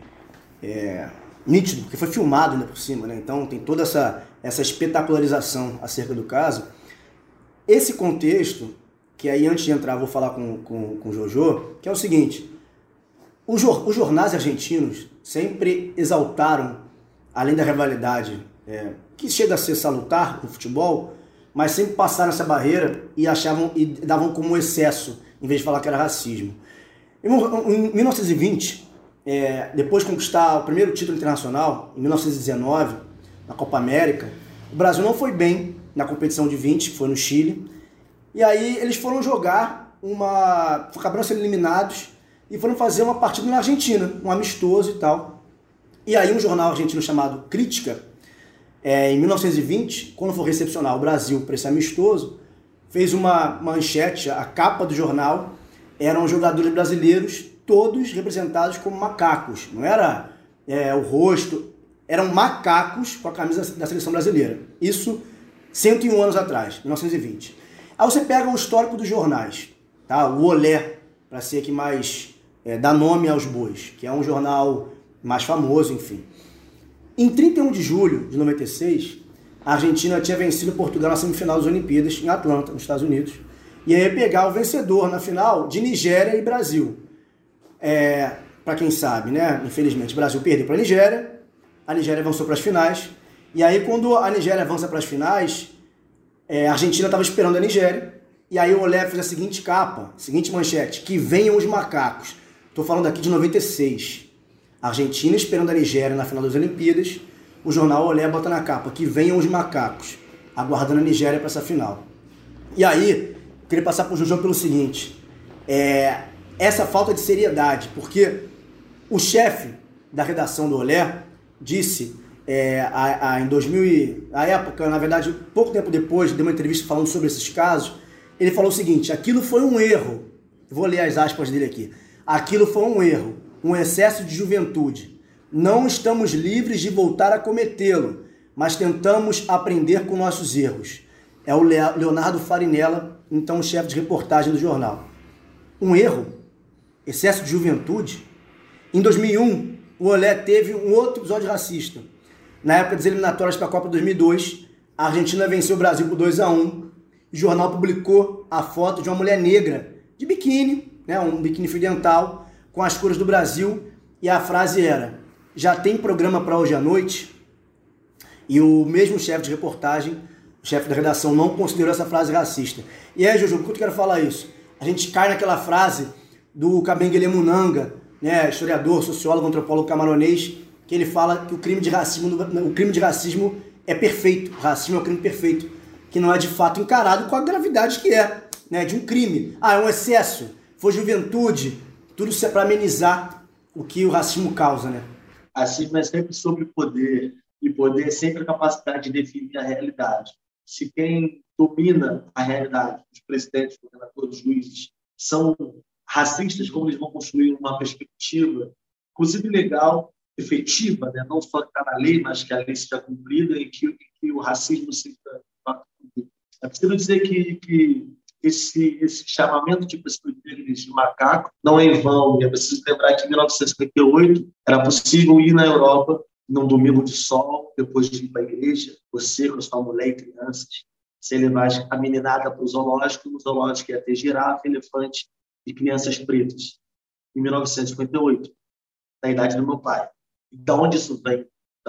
nítido, porque foi filmado ainda por cima, né? Então tem toda essa espetacularização acerca do caso. Esse contexto, que aí antes de entrar vou falar com o Jojo, que é o seguinte: os jornais argentinos sempre exaltaram, além da rivalidade, que chega a ser salutar no futebol, mas sempre passaram essa barreira e achavam e davam como excesso, em vez de falar que era racismo. Em 1920, depois de conquistar o primeiro título internacional, em 1919, na Copa América, o Brasil não foi bem na competição de 20, que foi no Chile, e aí eles foram jogar acabaram sendo eliminados e foram fazer uma partida na Argentina, um amistoso e tal. E aí um jornal argentino chamado Crítica, em 1920, quando for recepcionar o Brasil para esse amistoso, fez uma manchete, a capa do jornal eram jogadores brasileiros, todos representados como macacos. Não era o rosto, eram macacos com a camisa da seleção brasileira. Isso 101 anos atrás, 1920. Aí você pega o histórico dos jornais, tá? O Olé, para ser aqui mais dá nome aos bois, que é um jornal mais famoso, enfim. Em 31 de julho de 96, a Argentina tinha vencido Portugal na semifinal das Olimpíadas, em Atlanta, nos Estados Unidos, e aí ia pegar o vencedor na final de Nigéria e Brasil. Para quem sabe, né? Infelizmente, o Brasil perdeu para a Nigéria avançou para as finais, e aí quando a Nigéria avança para as finais, a Argentina estava esperando a Nigéria, e aí o Olé fez a seguinte capa, seguinte manchete: que venham os macacos. Estou falando aqui de 96. A Argentina esperando a Nigéria na final das Olimpíadas, o jornal Olé bota na capa: que venham os macacos, aguardando a Nigéria para essa final. E aí, eu queria passar para o Jojo pelo seguinte, essa falta de seriedade, porque o chefe da redação do Olé disse, em 2000, a época, na verdade, pouco tempo depois, deu uma entrevista falando sobre esses casos, ele falou o seguinte: aquilo foi um erro, vou ler as aspas dele aqui, aquilo foi um erro, um excesso de juventude. Não estamos livres de voltar a cometê-lo, mas tentamos aprender com nossos erros. É o Leonardo Farinella, então chefe de reportagem do jornal. Um erro? Excesso de juventude? Em 2001, o Olé teve um outro episódio racista. Na época das eliminatórias para a Copa 2002, a Argentina venceu o Brasil por 2-1. O jornal publicou a foto de uma mulher negra, de biquíni, né, um biquíni fio dental, com as cores do Brasil, e a frase era: já tem programa para hoje à noite? E o mesmo chefe de reportagem, o chefe da redação, não considerou essa frase racista. E aí, Jojo, por que eu quero falar isso? A gente cai naquela frase do Kabengele Munanga, né, historiador, sociólogo, antropólogo camaronês, que ele fala que o crime de racismo é perfeito, o racismo é um crime perfeito, que não é de fato encarado com a gravidade que é, né, de um crime. É um excesso, foi juventude, tudo isso é para amenizar o que o racismo causa, né? Racismo é sempre sobre poder, e poder é sempre a capacidade de definir a realidade. Se quem domina a realidade, os presidentes, os governadores, os juízes, são racistas, como eles vão construir uma perspectiva, inclusive legal, efetiva, né? Não só que está na lei, mas que a lei seja cumprida e que o racismo seja cumprido. É preciso dizer que esse chamamento de pessoas negras de macaco não é em vão. É preciso lembrar que em 1958 era possível ir na Europa num domingo de sol, depois de ir para a igreja, você com sua mulher e crianças, você levar a meninada para o zoológico, no zoológico ia ter girafa, elefante e crianças pretas. Em 1958, na idade do meu pai. E de onde isso vem?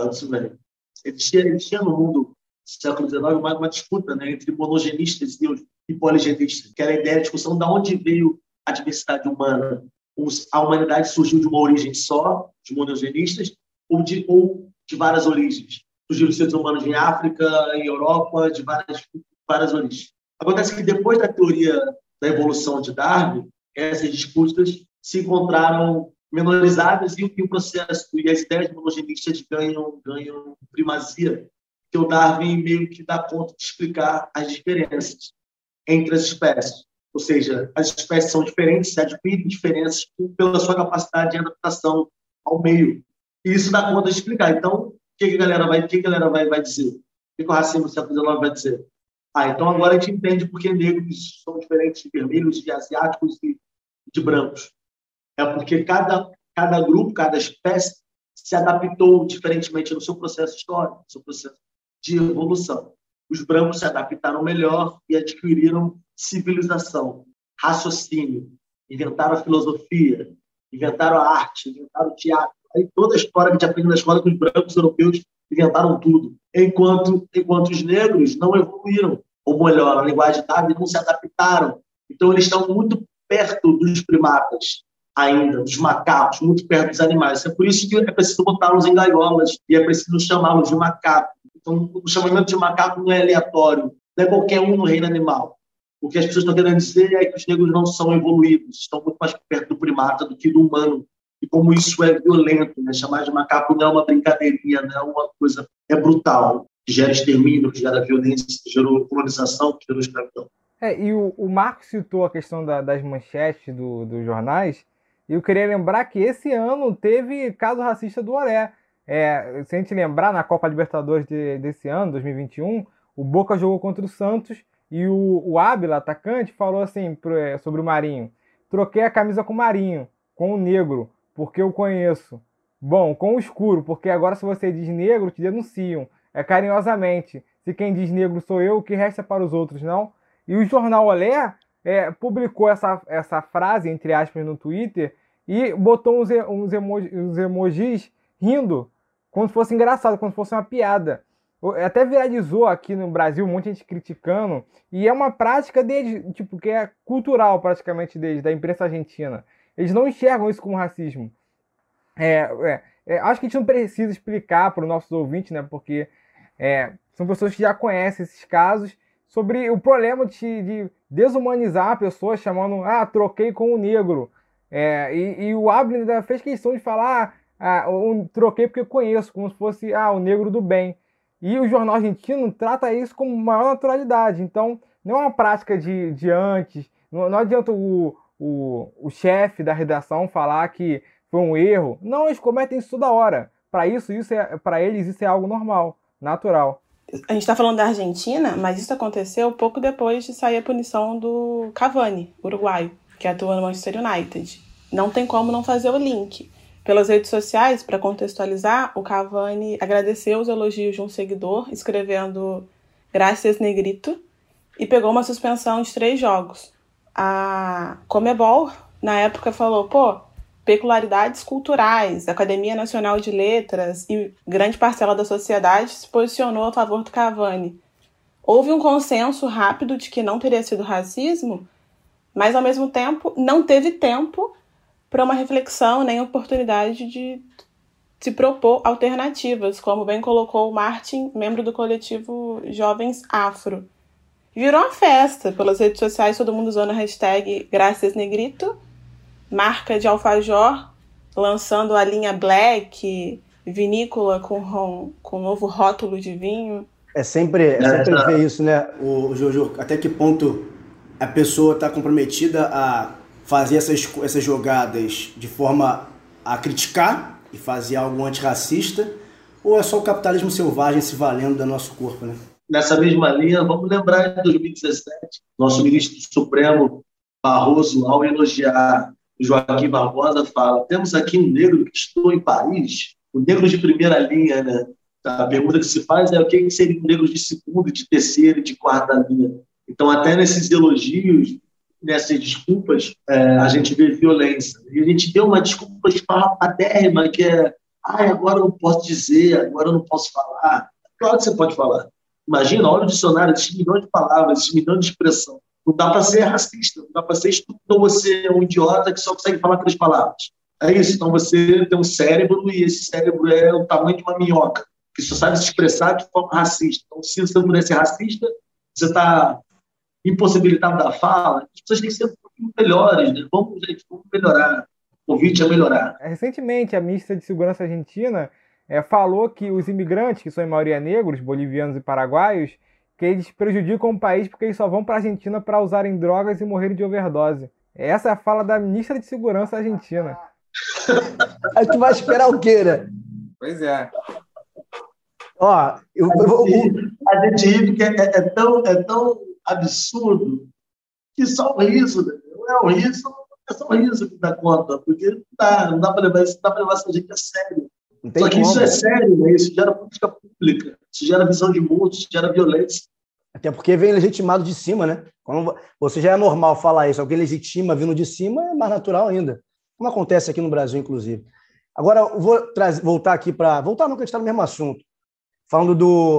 Existia no mundo do século XIX uma disputa, né, entre monogenistas e poligenistas, que era a ideia, a discussão de onde veio a diversidade humana. A humanidade surgiu de uma origem só, de monogenistas, ou de várias origens. Surgiram os seres humanos em África, em Europa, de várias origens. Acontece que depois da teoria da evolução de Darwin, essas disputas se encontraram menorizadas e o processo e as ideias monogenistas ganham primazia, que o Darwin meio que dá conta de explicar as diferenças entre as espécies. Ou seja, as espécies são diferentes, se adquirem diferenças pela sua capacidade de adaptação ao meio. E isso dá conta de explicar. Então, o que a galera vai dizer? O que o racismo do século XIX vai dizer? Então agora a gente entende por que negros são diferentes de vermelhos, de asiáticos e de brancos. É porque cada grupo, cada espécie se adaptou diferentemente no seu processo histórico, no seu processo de evolução. Os brancos se adaptaram melhor e adquiriram civilização, raciocínio, inventaram a filosofia, inventaram a arte, inventaram o teatro. Aí toda a história que a gente aprende na escola que os brancos europeus inventaram tudo, enquanto os negros não evoluíram, ou melhor, a linguagem de Darwin, não se adaptaram. Então eles estão muito perto dos primatas ainda, dos macacos, muito perto dos animais. É por isso que é preciso botá-los em gaiolas e é preciso chamá-los de macaco. Então, o chamamento de macaco não é aleatório, não é qualquer um no reino animal. O que as pessoas estão querendo dizer é que os negros não são evoluídos, estão muito mais perto do primata do que do humano. E como isso é violento, né? Chamar de macaco não é uma brincadeirinha, não é uma coisa, é brutal, que gera extermínio, que gera violência, que gera colonização, que gera escravidão. E o Marco citou a questão das manchetes dos jornais, e eu queria lembrar que esse ano teve caso racista do Olé. Se a gente lembrar, na Copa Libertadores desse ano, 2021, o Boca jogou contra o Santos e o Ábila, atacante, falou assim sobre o Marinho: troquei a camisa com o Marinho, com o negro, porque eu conheço. Bom, com o escuro, porque agora se você diz negro, te denunciam. Carinhosamente. Se quem diz negro sou eu, o que resta para os outros, não? E o jornal Olé publicou essa frase, entre aspas, no Twitter e botou uns emojis rindo, como se fosse engraçado, como se fosse uma piada. Até viralizou aqui no Brasil, um monte de gente criticando, e é uma prática deles, tipo, que é cultural praticamente deles, da imprensa argentina. Eles não enxergam isso como racismo. Acho que a gente não precisa explicar para os nossos ouvintes, né, porque são pessoas que já conhecem esses casos, sobre o problema de desumanizar a pessoa, chamando, troquei com o negro. E o Abner ainda fez questão de falar, troquei porque eu conheço, como se fosse o negro do bem. E o jornal argentino trata isso com maior naturalidade. Então, não é uma prática de antes. Não adianta o chefe da redação falar que foi um erro. Não, eles cometem isso toda hora. Para eles, isso é algo normal, natural. A gente está falando da Argentina, mas isso aconteceu pouco depois de sair a punição do Cavani, uruguaio, que atua no Manchester United. Não tem como não fazer o link. Pelas redes sociais, para contextualizar, o Cavani agradeceu os elogios de um seguidor, escrevendo "Gracias, Negrito", e pegou uma suspensão de 3 jogos. A Conmebol, na época, falou, peculiaridades culturais, a Academia Nacional de Letras e grande parcela da sociedade se posicionou a favor do Cavani. Houve um consenso rápido de que não teria sido racismo, mas, ao mesmo tempo, não teve tempo para uma reflexão nem oportunidade de se propor alternativas, como bem colocou o Martin, membro do coletivo Jovens Afro. Virou uma festa. Pelas redes sociais, todo mundo usando a hashtag Gracias Negrito, marca de alfajor, lançando a linha Black, vinícola com novo rótulo de vinho. É sempre ver isso, né, o Jojo? Até que ponto a pessoa está comprometida a fazer essas jogadas de forma a criticar e fazer algo antirracista, ou é só o capitalismo selvagem se valendo do nosso corpo, né? Nessa mesma linha, vamos lembrar de 2017, nosso ministro supremo, Barroso, ao elogiar Joaquim Barbosa, fala: temos aqui um negro que estou em Paris, o negro de primeira linha, né? A pergunta que se faz é o que seria um negro de segunda, de terceira e de quarta linha. Então, até nesses elogios, nessas desculpas, a gente vê violência. E a gente deu uma desculpa esfarrapadérrima, que é agora eu não posso dizer, agora eu não posso falar. Claro que você pode falar. Imagina, olha o dicionário, esses milhões de palavras, esses milhões de expressão. Não dá para ser racista, não dá para ser estúpido, ou você é um idiota que só consegue falar 3 palavras. É isso, então você tem um cérebro e esse cérebro é o tamanho de uma minhoca, que só sabe se expressar de forma racista. Então, se você não puder ser racista, você está impossibilitado da fala, as pessoas têm que ser um pouquinho melhores, né? Vamos melhorar. O convite a melhorar. Recentemente, a ministra de Segurança argentina falou que os imigrantes, que são em maioria negros, bolivianos e paraguaios, que eles prejudicam o país porque eles só vão para a Argentina para usarem drogas e morrerem de overdose. Essa é a fala da ministra de Segurança argentina. Aí tu vai esperar o quê, né? Pois é. Ó, a gente ri porque é tão absurdo que só o riso, né? Não é o riso, é só o riso que dá conta, porque não dá para levar essa gente a sério. Só que isso é sério, né? Isso gera política pública, isso gera visão de mundo, isso gera violência. Até porque vem legitimado de cima, né? Quando você já é normal falar isso, alguém legitima vindo de cima, é mais natural ainda. Como acontece aqui no Brasil, inclusive. Agora, eu vou voltar aqui para... Voltar não, que a gente está no mesmo assunto. Falando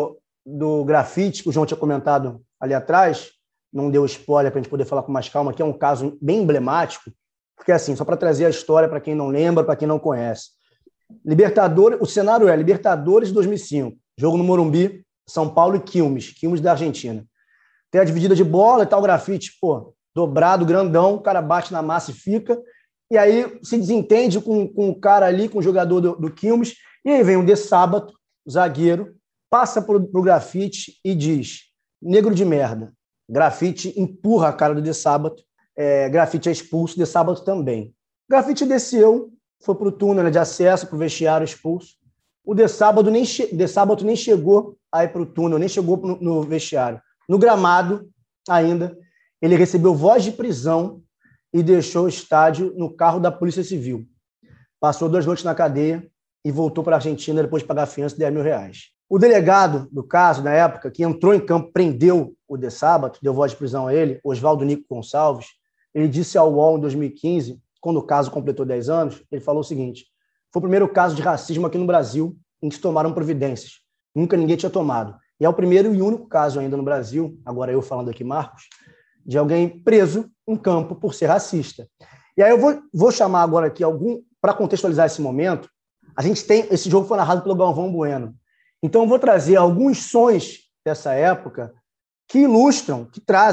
do grafite, que o João tinha comentado ali atrás, não deu spoiler para a gente poder falar com mais calma, que é um caso bem emblemático, porque assim, só para trazer a história para quem não lembra, para quem não conhece. Libertadores, o cenário é Libertadores de 2005, jogo no Morumbi, São Paulo e Quilmes da Argentina. Tem a dividida de bola e tal, grafite, dobrado, grandão, o cara bate na massa e fica, e aí se desentende com o cara ali, com o jogador do Quilmes, e aí vem o De Sábato, zagueiro, passa pro grafite e diz: negro de merda. Grafite empurra a cara do De Sábato, grafite é expulso, De Sábato também. Grafite desceu, foi pro túnel de acesso, pro vestiário, expulso. O De Sábato nem chegou a ir pro túnel, nem chegou no vestiário. No gramado, ainda, ele recebeu voz de prisão e deixou o estádio no carro da Polícia Civil. Passou 2 noites na cadeia e voltou para a Argentina depois de pagar a fiança de R$10.000. O delegado do caso, na época, que entrou em campo, prendeu o De Sábato, deu voz de prisão a ele, Oswaldo Nico Gonçalves, ele disse ao UOL em 2015, quando o caso completou 10 anos, ele falou o seguinte: foi o primeiro caso de racismo aqui no Brasil em que se tomaram providências. Nunca ninguém tinha tomado. E é o primeiro e único caso ainda no Brasil, agora eu falando aqui, Marcos, de alguém preso em campo por ser racista. E aí eu vou chamar agora aqui para contextualizar esse momento. A gente tem, esse jogo foi narrado pelo Galvão Bueno. Então eu vou trazer alguns sons dessa época que ilustram,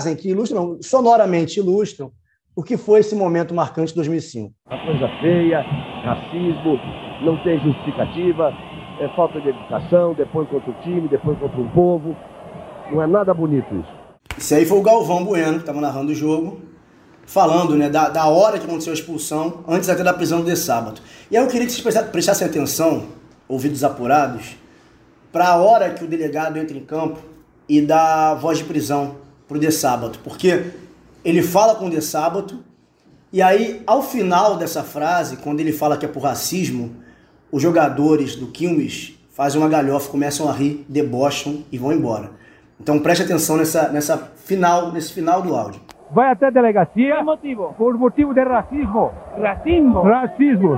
sonoramente ilustram o que foi esse momento marcante de 2005. Uma coisa feia, racismo, não tem justificativa, é falta de educação, depois contra o time, depois contra um povo. Não é nada bonito isso. Esse aí foi o Galvão Bueno, que estava narrando o jogo, falando, né, da hora que aconteceu a expulsão, antes até da prisão do De Sábato. E aí eu queria que vocês prestassem atenção, ouvidos apurados, para a hora que o delegado entra em campo e dá voz de prisão para o De Sábato. Porque ele fala com o De Sábato, e aí, ao final dessa frase, quando ele fala que é por racismo, os jogadores do Quilmes fazem uma galhofa, começam a rir, debocham e vão embora. Então preste atenção nesse final do áudio. Vai até a delegacia. Por motivo? Por motivo de racismo. Racismo? Racismo.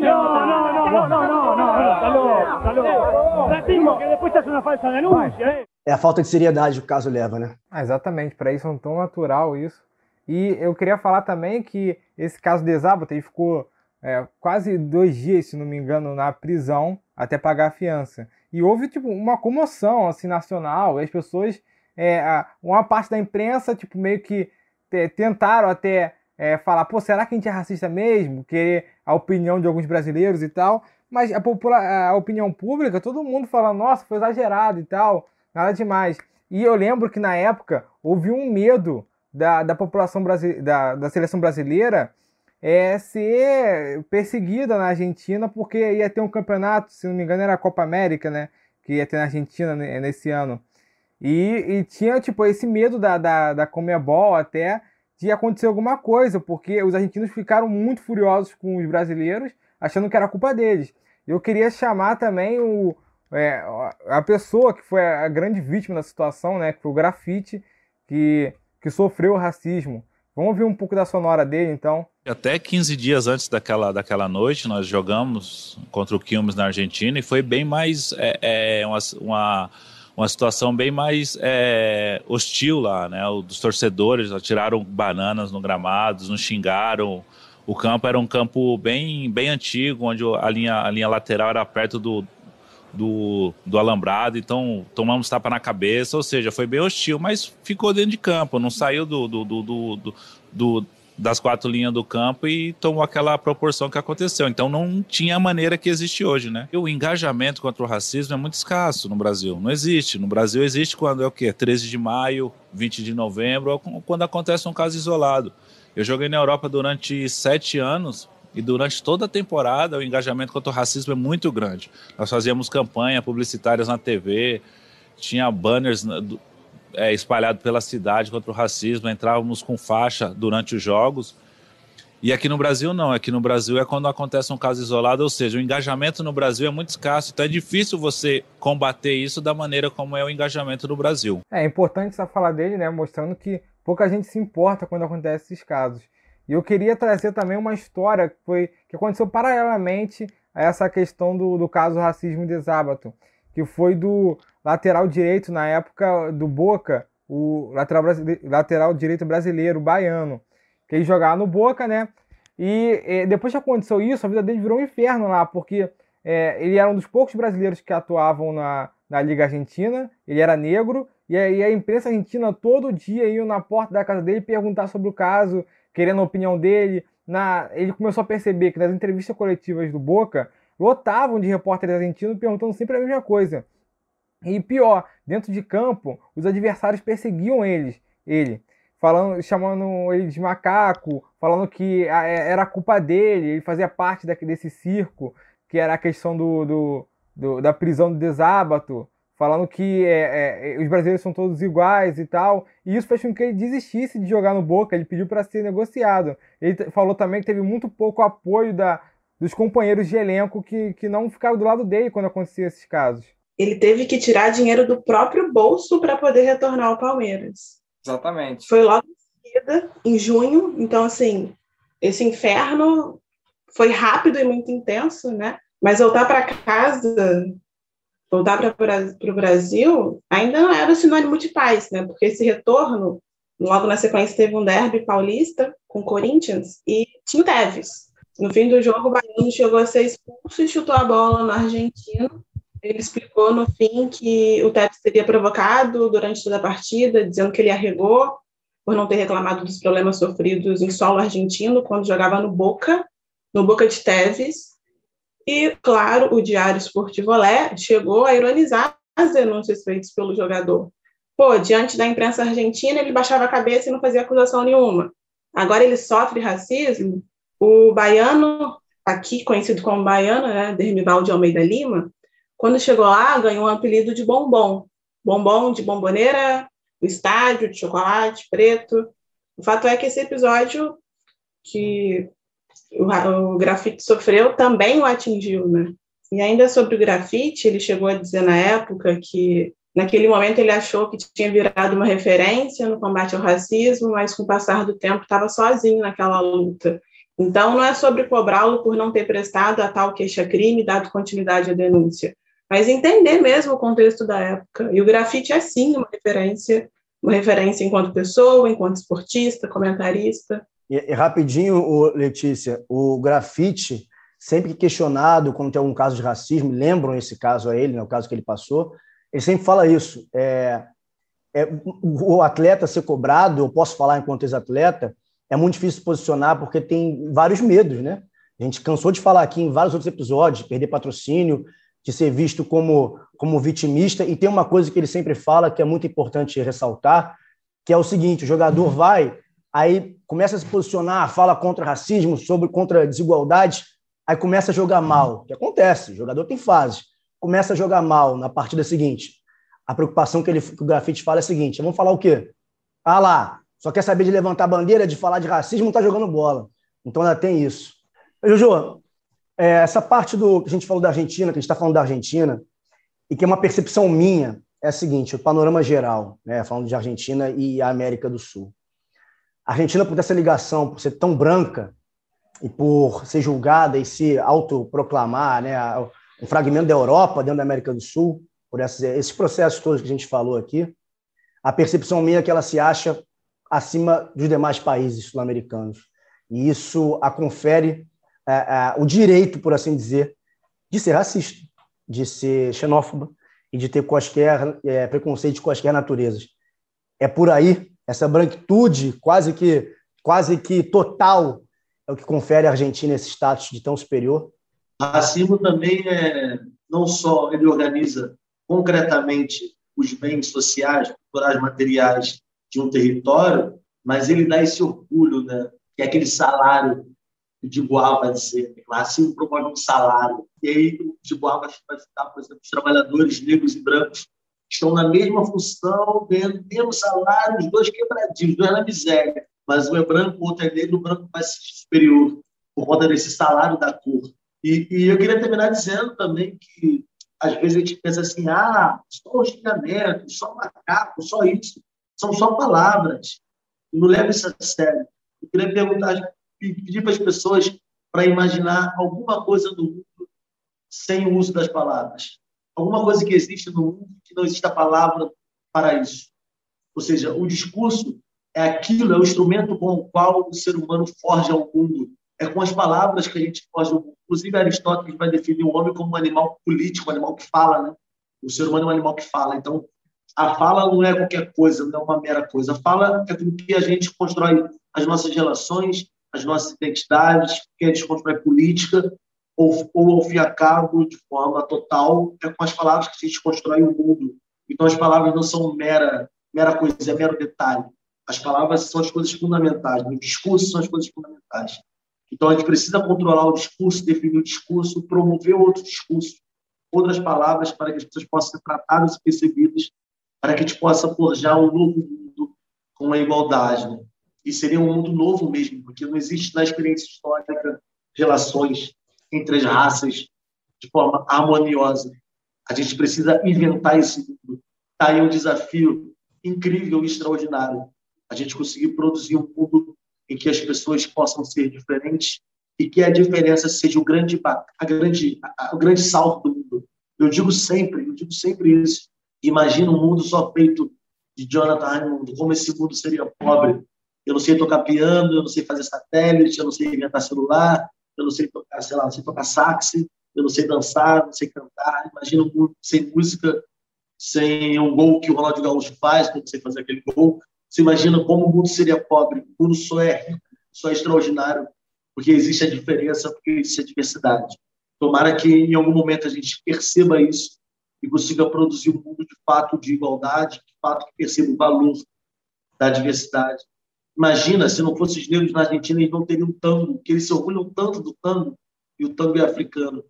Não. Racismo, que depois faz uma falsa denúncia. É a falta de seriedade que o caso leva, né? Exatamente, para isso é tão natural isso. E eu queria falar também que esse caso de Sábato, ele ficou quase 2 dias, se não me engano, na prisão até pagar a fiança. E houve uma comoção assim, nacional, e as pessoas, uma parte da imprensa meio que tentaram até falar, será que a gente é racista mesmo? Querer a opinião de alguns brasileiros e tal, mas a opinião pública, todo mundo fala, nossa, foi exagerado e tal, nada demais. E eu lembro que na época houve um medo da população da seleção brasileira ser perseguida na Argentina, porque ia ter um campeonato, se não me engano era a Copa América, né, que ia ter na Argentina nesse ano. E tinha esse medo da Conmebol até de acontecer alguma coisa, porque os argentinos ficaram muito furiosos com os brasileiros, achando que era culpa deles. Eu queria chamar também a pessoa que foi a grande vítima da situação, né, que foi o grafite, que sofreu racismo. Vamos ouvir um pouco da sonora dele, então. Até 15 dias antes daquela noite, nós jogamos contra o Quilmes na Argentina e foi bem mais uma situação bem mais hostil lá, né? Os torcedores atiraram bananas no gramado, nos xingaram. O campo era um campo bem antigo, onde a linha lateral era perto do do alambrado, então tomamos tapa na cabeça, ou seja, foi bem hostil, mas ficou dentro de campo, não saiu das 4 linhas do campo e tomou aquela proporção que aconteceu. Então não tinha a maneira que existe hoje, né? E o engajamento contra o racismo é muito escasso no Brasil, não existe. No Brasil existe quando é o quê? 13 de maio, 20 de novembro, ou quando acontece um caso isolado. Eu joguei na Europa durante 7 anos, e durante toda a temporada o engajamento contra o racismo é muito grande. Nós fazíamos campanhas publicitárias na TV, tinha banners espalhados pela cidade contra o racismo, entrávamos com faixa durante os jogos. E aqui no Brasil não, aqui no Brasil é quando acontece um caso isolado, ou seja, o engajamento no Brasil é muito escasso, então é difícil você combater isso da maneira como é o engajamento no Brasil. É importante essa fala dele, né, mostrando que pouca gente se importa quando acontecem esses casos. E eu queria trazer também uma história que aconteceu paralelamente a essa questão do caso Racismo de Sábato, que foi do lateral direito, na época do Boca, o lateral direito brasileiro, baiano, que ele jogava no Boca, né? E depois que aconteceu isso, a vida dele virou um inferno lá, porque ele era um dos poucos brasileiros que atuavam na Liga Argentina, ele era negro, e aí a imprensa argentina todo dia ia na porta da casa dele perguntar sobre o caso, querendo a opinião dele. Ele começou a perceber que nas entrevistas coletivas do Boca, lotavam de repórteres argentinos perguntando sempre a mesma coisa. E pior, dentro de campo, os adversários perseguiam ele, chamando ele de macaco, falando que era culpa dele, ele fazia parte desse circo, que era a questão da prisão do de Sábato, falando que os brasileiros são todos iguais e tal, e isso fez com que ele desistisse de jogar no Boca, ele pediu para ser negociado. Ele falou também que teve muito pouco apoio dos companheiros de elenco que não ficaram do lado dele quando aconteciam esses casos. Ele teve que tirar dinheiro do próprio bolso para poder retornar ao Palmeiras. Exatamente. Foi logo em seguida, em junho, então assim, esse inferno foi rápido e muito intenso, né? Mas voltar para casa, voltar para o Brasil, ainda não era sinônimo de paz, né? Porque esse retorno, logo na sequência teve um derby paulista com o Corinthians e tinha o Tevez. No fim do jogo, o Baiano chegou a ser expulso e chutou a bola no argentino. Ele explicou no fim que o Tevez teria provocado durante toda a partida, dizendo que ele arregou por não ter reclamado dos problemas sofridos em solo argentino quando jogava no Boca de Tevez. E, claro, o Diário Esportivo Olé chegou a ironizar as denúncias feitas pelo jogador. Diante da imprensa argentina, ele baixava a cabeça e não fazia acusação nenhuma. Agora ele sofre racismo. O Baiano, aqui conhecido como Baiano, né, Dermival de Almeida Lima, quando chegou lá, ganhou um apelido de Bombom. Bombom de bomboneira, o estádio de chocolate preto. O fato é que esse episódio que o grafite sofreu também o atingiu, né? E ainda sobre o grafite, ele chegou a dizer na época que, naquele momento, ele achou que tinha virado uma referência no combate ao racismo, mas com o passar do tempo estava sozinho naquela luta. Então, não é sobre cobrá-lo por não ter prestado a tal queixa-crime, dado continuidade à denúncia, mas entender mesmo o contexto da época. E o grafite é, sim, uma referência enquanto pessoa, enquanto esportista, comentarista. E rapidinho, Letícia, o grafite, sempre questionado quando tem algum caso de racismo, lembram esse caso a ele, né, o caso que ele passou, ele sempre fala isso. O atleta ser cobrado, eu posso falar enquanto ex-atleta, é muito difícil se posicionar porque tem vários medos, né? A gente cansou de falar aqui em vários outros episódios, de perder patrocínio, de ser visto como vitimista, e tem uma coisa que ele sempre fala que é muito importante ressaltar, que é o seguinte: o jogador vai, aí começa a se posicionar, fala contra racismo, contra desigualdade, aí começa a jogar mal. O que acontece? O jogador tem fase. Começa a jogar mal na partida seguinte. A preocupação que o grafite fala é a seguinte: vamos falar o quê? Ah lá, só quer saber de levantar a bandeira, de falar de racismo, não está jogando bola. Então ainda tem isso. Juju, essa parte que a gente falou da Argentina, que a gente está falando da Argentina, e que é uma percepção minha, é a seguinte: o panorama geral, né, falando de Argentina e a América do Sul. A Argentina, por essa ligação, por ser tão branca e por ser julgada e se autoproclamar, né, um fragmento da Europa dentro da América do Sul, por esses processos todos que a gente falou aqui, a percepção minha é que ela se acha acima dos demais países sul-americanos. E isso a confere o direito, por assim dizer, de ser racista. de ser xenófoba e de ter quaisquer preconceito de quaisquer naturezas. É por aí, essa branquitude quase que total é o que confere à Argentina esse status de tão superior? O racismo também não só ele organiza concretamente os bens sociais, culturais, materiais de um território, mas ele dá esse orgulho, né? Que é aquele salário que o Dubois vai dizer. O racismo promove um salário. E aí o Dubois vai citar, por exemplo, os trabalhadores negros e brancos que estão na mesma função, ganhando o mesmo salário, os dois quebradinhos, os dois na miséria. Mas um é branco, o outro é negro, o branco vai ser superior por conta desse salário da cor. E eu queria terminar dizendo também que, às vezes, a gente pensa assim, só o xingamento, só macaco, só isso. São só palavras. Não leva isso a sério. Eu queria pedir para as pessoas para imaginar alguma coisa no mundo sem o uso das palavras. Alguma coisa que existe no mundo que não existe a palavra para isso. Ou seja, o discurso é aquilo, é o instrumento com o qual o ser humano forja o mundo. É com as palavras que a gente forja o mundo. Inclusive, Aristóteles vai definir o homem como um animal político, um animal que fala, né? O ser humano é um animal que fala. Então, a fala não é qualquer coisa, não é uma mera coisa. A fala é com que a gente constrói as nossas relações, as nossas identidades, que a gente constrói política, ou ao fim e a cabo, de forma total, é com as palavras que a gente constrói o mundo. Então, as palavras não são mera coisa, é mero detalhe. As palavras são as coisas fundamentais, o discurso são as coisas fundamentais. Então, a gente precisa controlar o discurso, definir o discurso, promover outro discurso, outras palavras para que as pessoas possam ser tratadas e percebidas, para que a gente possa forjar um novo mundo com a igualdade. Né? E seria um mundo novo mesmo, porque não existe na experiência histórica relações entre as raças de forma harmoniosa. A gente precisa inventar esse mundo. Está aí um desafio incrível e extraordinário. A gente conseguir produzir um mundo em que as pessoas possam ser diferentes e que a diferença seja o grande salto do mundo. Eu digo sempre isso. Imagina um mundo só feito de Jonathan Raimundo, como esse mundo seria pobre. Eu não sei tocar piano, eu não sei fazer satélite, eu não sei inventar celular, eu não sei tocar, sei lá, não sei tocar sax, eu não sei dançar, não sei cantar. Imagina um mundo sem música, sem um gol que o Ronaldinho Gaúcho faz, eu não sei fazer aquele gol. Você imagina como o mundo seria pobre? O mundo só é rico, só é extraordinário, porque existe a diferença, porque existe a diversidade. Tomara que, em algum momento, a gente perceba isso e consiga produzir um mundo, de fato, de igualdade, de fato, que perceba o valor da diversidade. Imagina, se não fossem os negros na Argentina, eles não teriam tango, porque eles se orgulham tanto do tango, e o tango é africano.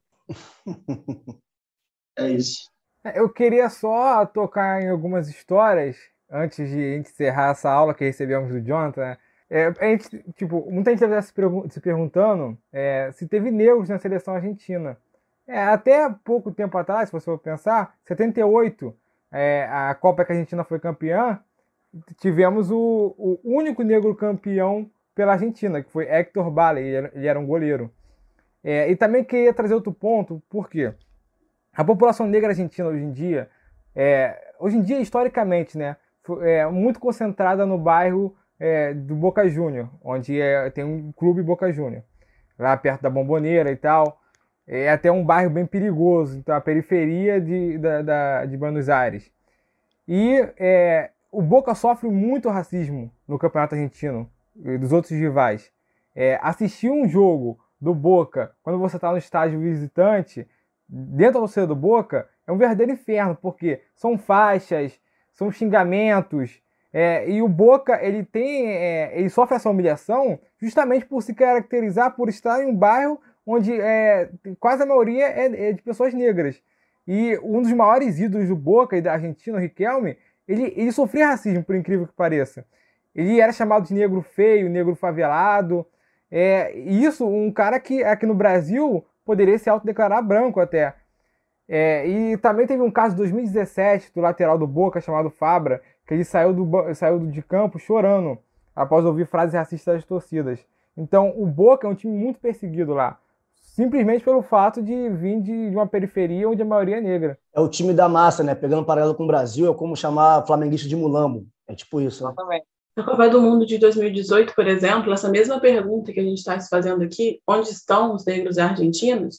É isso. Eu queria só tocar em algumas histórias antes de a gente encerrar essa aula que recebemos do Jonathan. A gente, muita gente deve estar se perguntando se teve negros na seleção argentina. Até pouco tempo atrás, se você for pensar, 78, a Copa que a Argentina foi campeã, tivemos o único negro campeão pela Argentina, que foi Héctor Bale, ele era um goleiro. E também queria trazer outro ponto, porque a população negra argentina hoje em dia, historicamente, né, muito concentrada no bairro do Boca Juniors, onde tem um clube Boca Juniors, lá perto da Bombonera e tal. É até um bairro bem perigoso, então a periferia de Buenos Aires. E o Boca sofre muito racismo no campeonato argentino, dos outros rivais. Assistir um jogo do Boca, quando você está no estádio visitante, dentro da torcida do Boca, é um verdadeiro inferno, porque são faixas, são xingamentos, e o Boca ele sofre essa humilhação justamente por se caracterizar por estar em um bairro onde quase a maioria é de pessoas negras. E um dos maiores ídolos do Boca e da Argentina, o Riquelme, ele sofria racismo, por incrível que pareça. Ele era chamado de negro feio, negro favelado. Isso, um cara que aqui no Brasil poderia se autodeclarar branco até. E também teve um caso de 2017 do lateral do Boca, chamado Fabra, que ele saiu de campo chorando após ouvir frases racistas das torcidas. Então, o Boca é um time muito perseguido lá, simplesmente pelo fato de vir de uma periferia onde a maioria é negra. É o time da massa, né? Pegando paralelo com o Brasil, é como chamar flamenguista de mulambo. É tipo isso, né? Exatamente. Na Copa do Mundo de 2018, por exemplo, essa mesma pergunta que a gente está se fazendo aqui, onde estão os negros argentinos,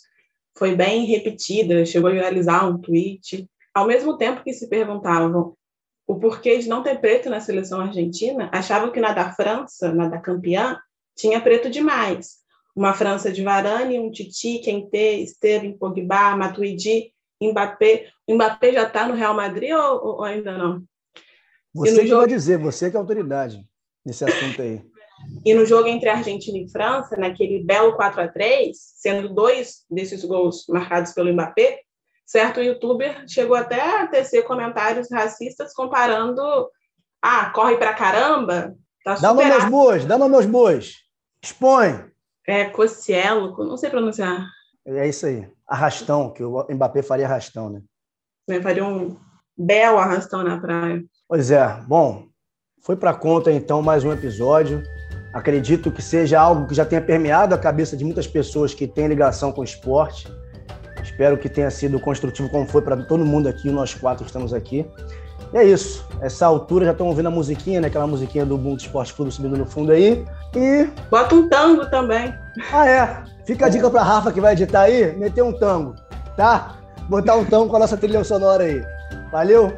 foi bem repetida, chegou a viralizar um tweet. Ao mesmo tempo que se perguntavam o porquê de não ter preto na seleção argentina, achavam que na da França, na da campeã, tinha preto demais. Uma França de Varane, um Titi, Kanté, Sterling, Pogba, Matuidi, Mbappé. O Mbappé já está no Real Madrid ou ainda não? Você que vai dizer, você que é autoridade nesse assunto aí. E no jogo entre Argentina e França, naquele belo 4-3, sendo 2 desses gols marcados pelo Mbappé, certo youtuber chegou até a tecer comentários racistas comparando corre pra caramba, tá superado. Dá nome aos bois. Expõe. Cossielo, não sei pronunciar. É isso aí. Arrastão, que o Mbappé faria arrastão, né? Faria um belo arrastão na praia. Pois é. Bom, foi pra conta, então, mais um episódio. Acredito que seja algo que já tenha permeado a cabeça de muitas pessoas que têm ligação com o esporte. Espero que tenha sido construtivo como foi para todo mundo aqui, nós 4 estamos aqui. E é isso. Essa altura já estão ouvindo a musiquinha, né? Aquela musiquinha do Ubuntu Esporte Clube subindo no fundo aí. E... bota um tango também. Fica a dica pra Rafa que vai editar aí, meter um tango, tá? Botar um tango com a nossa trilha sonora aí. Valeu!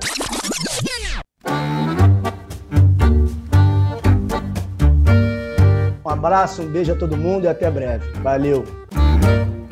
Um abraço, um beijo a todo mundo e até breve. Valeu!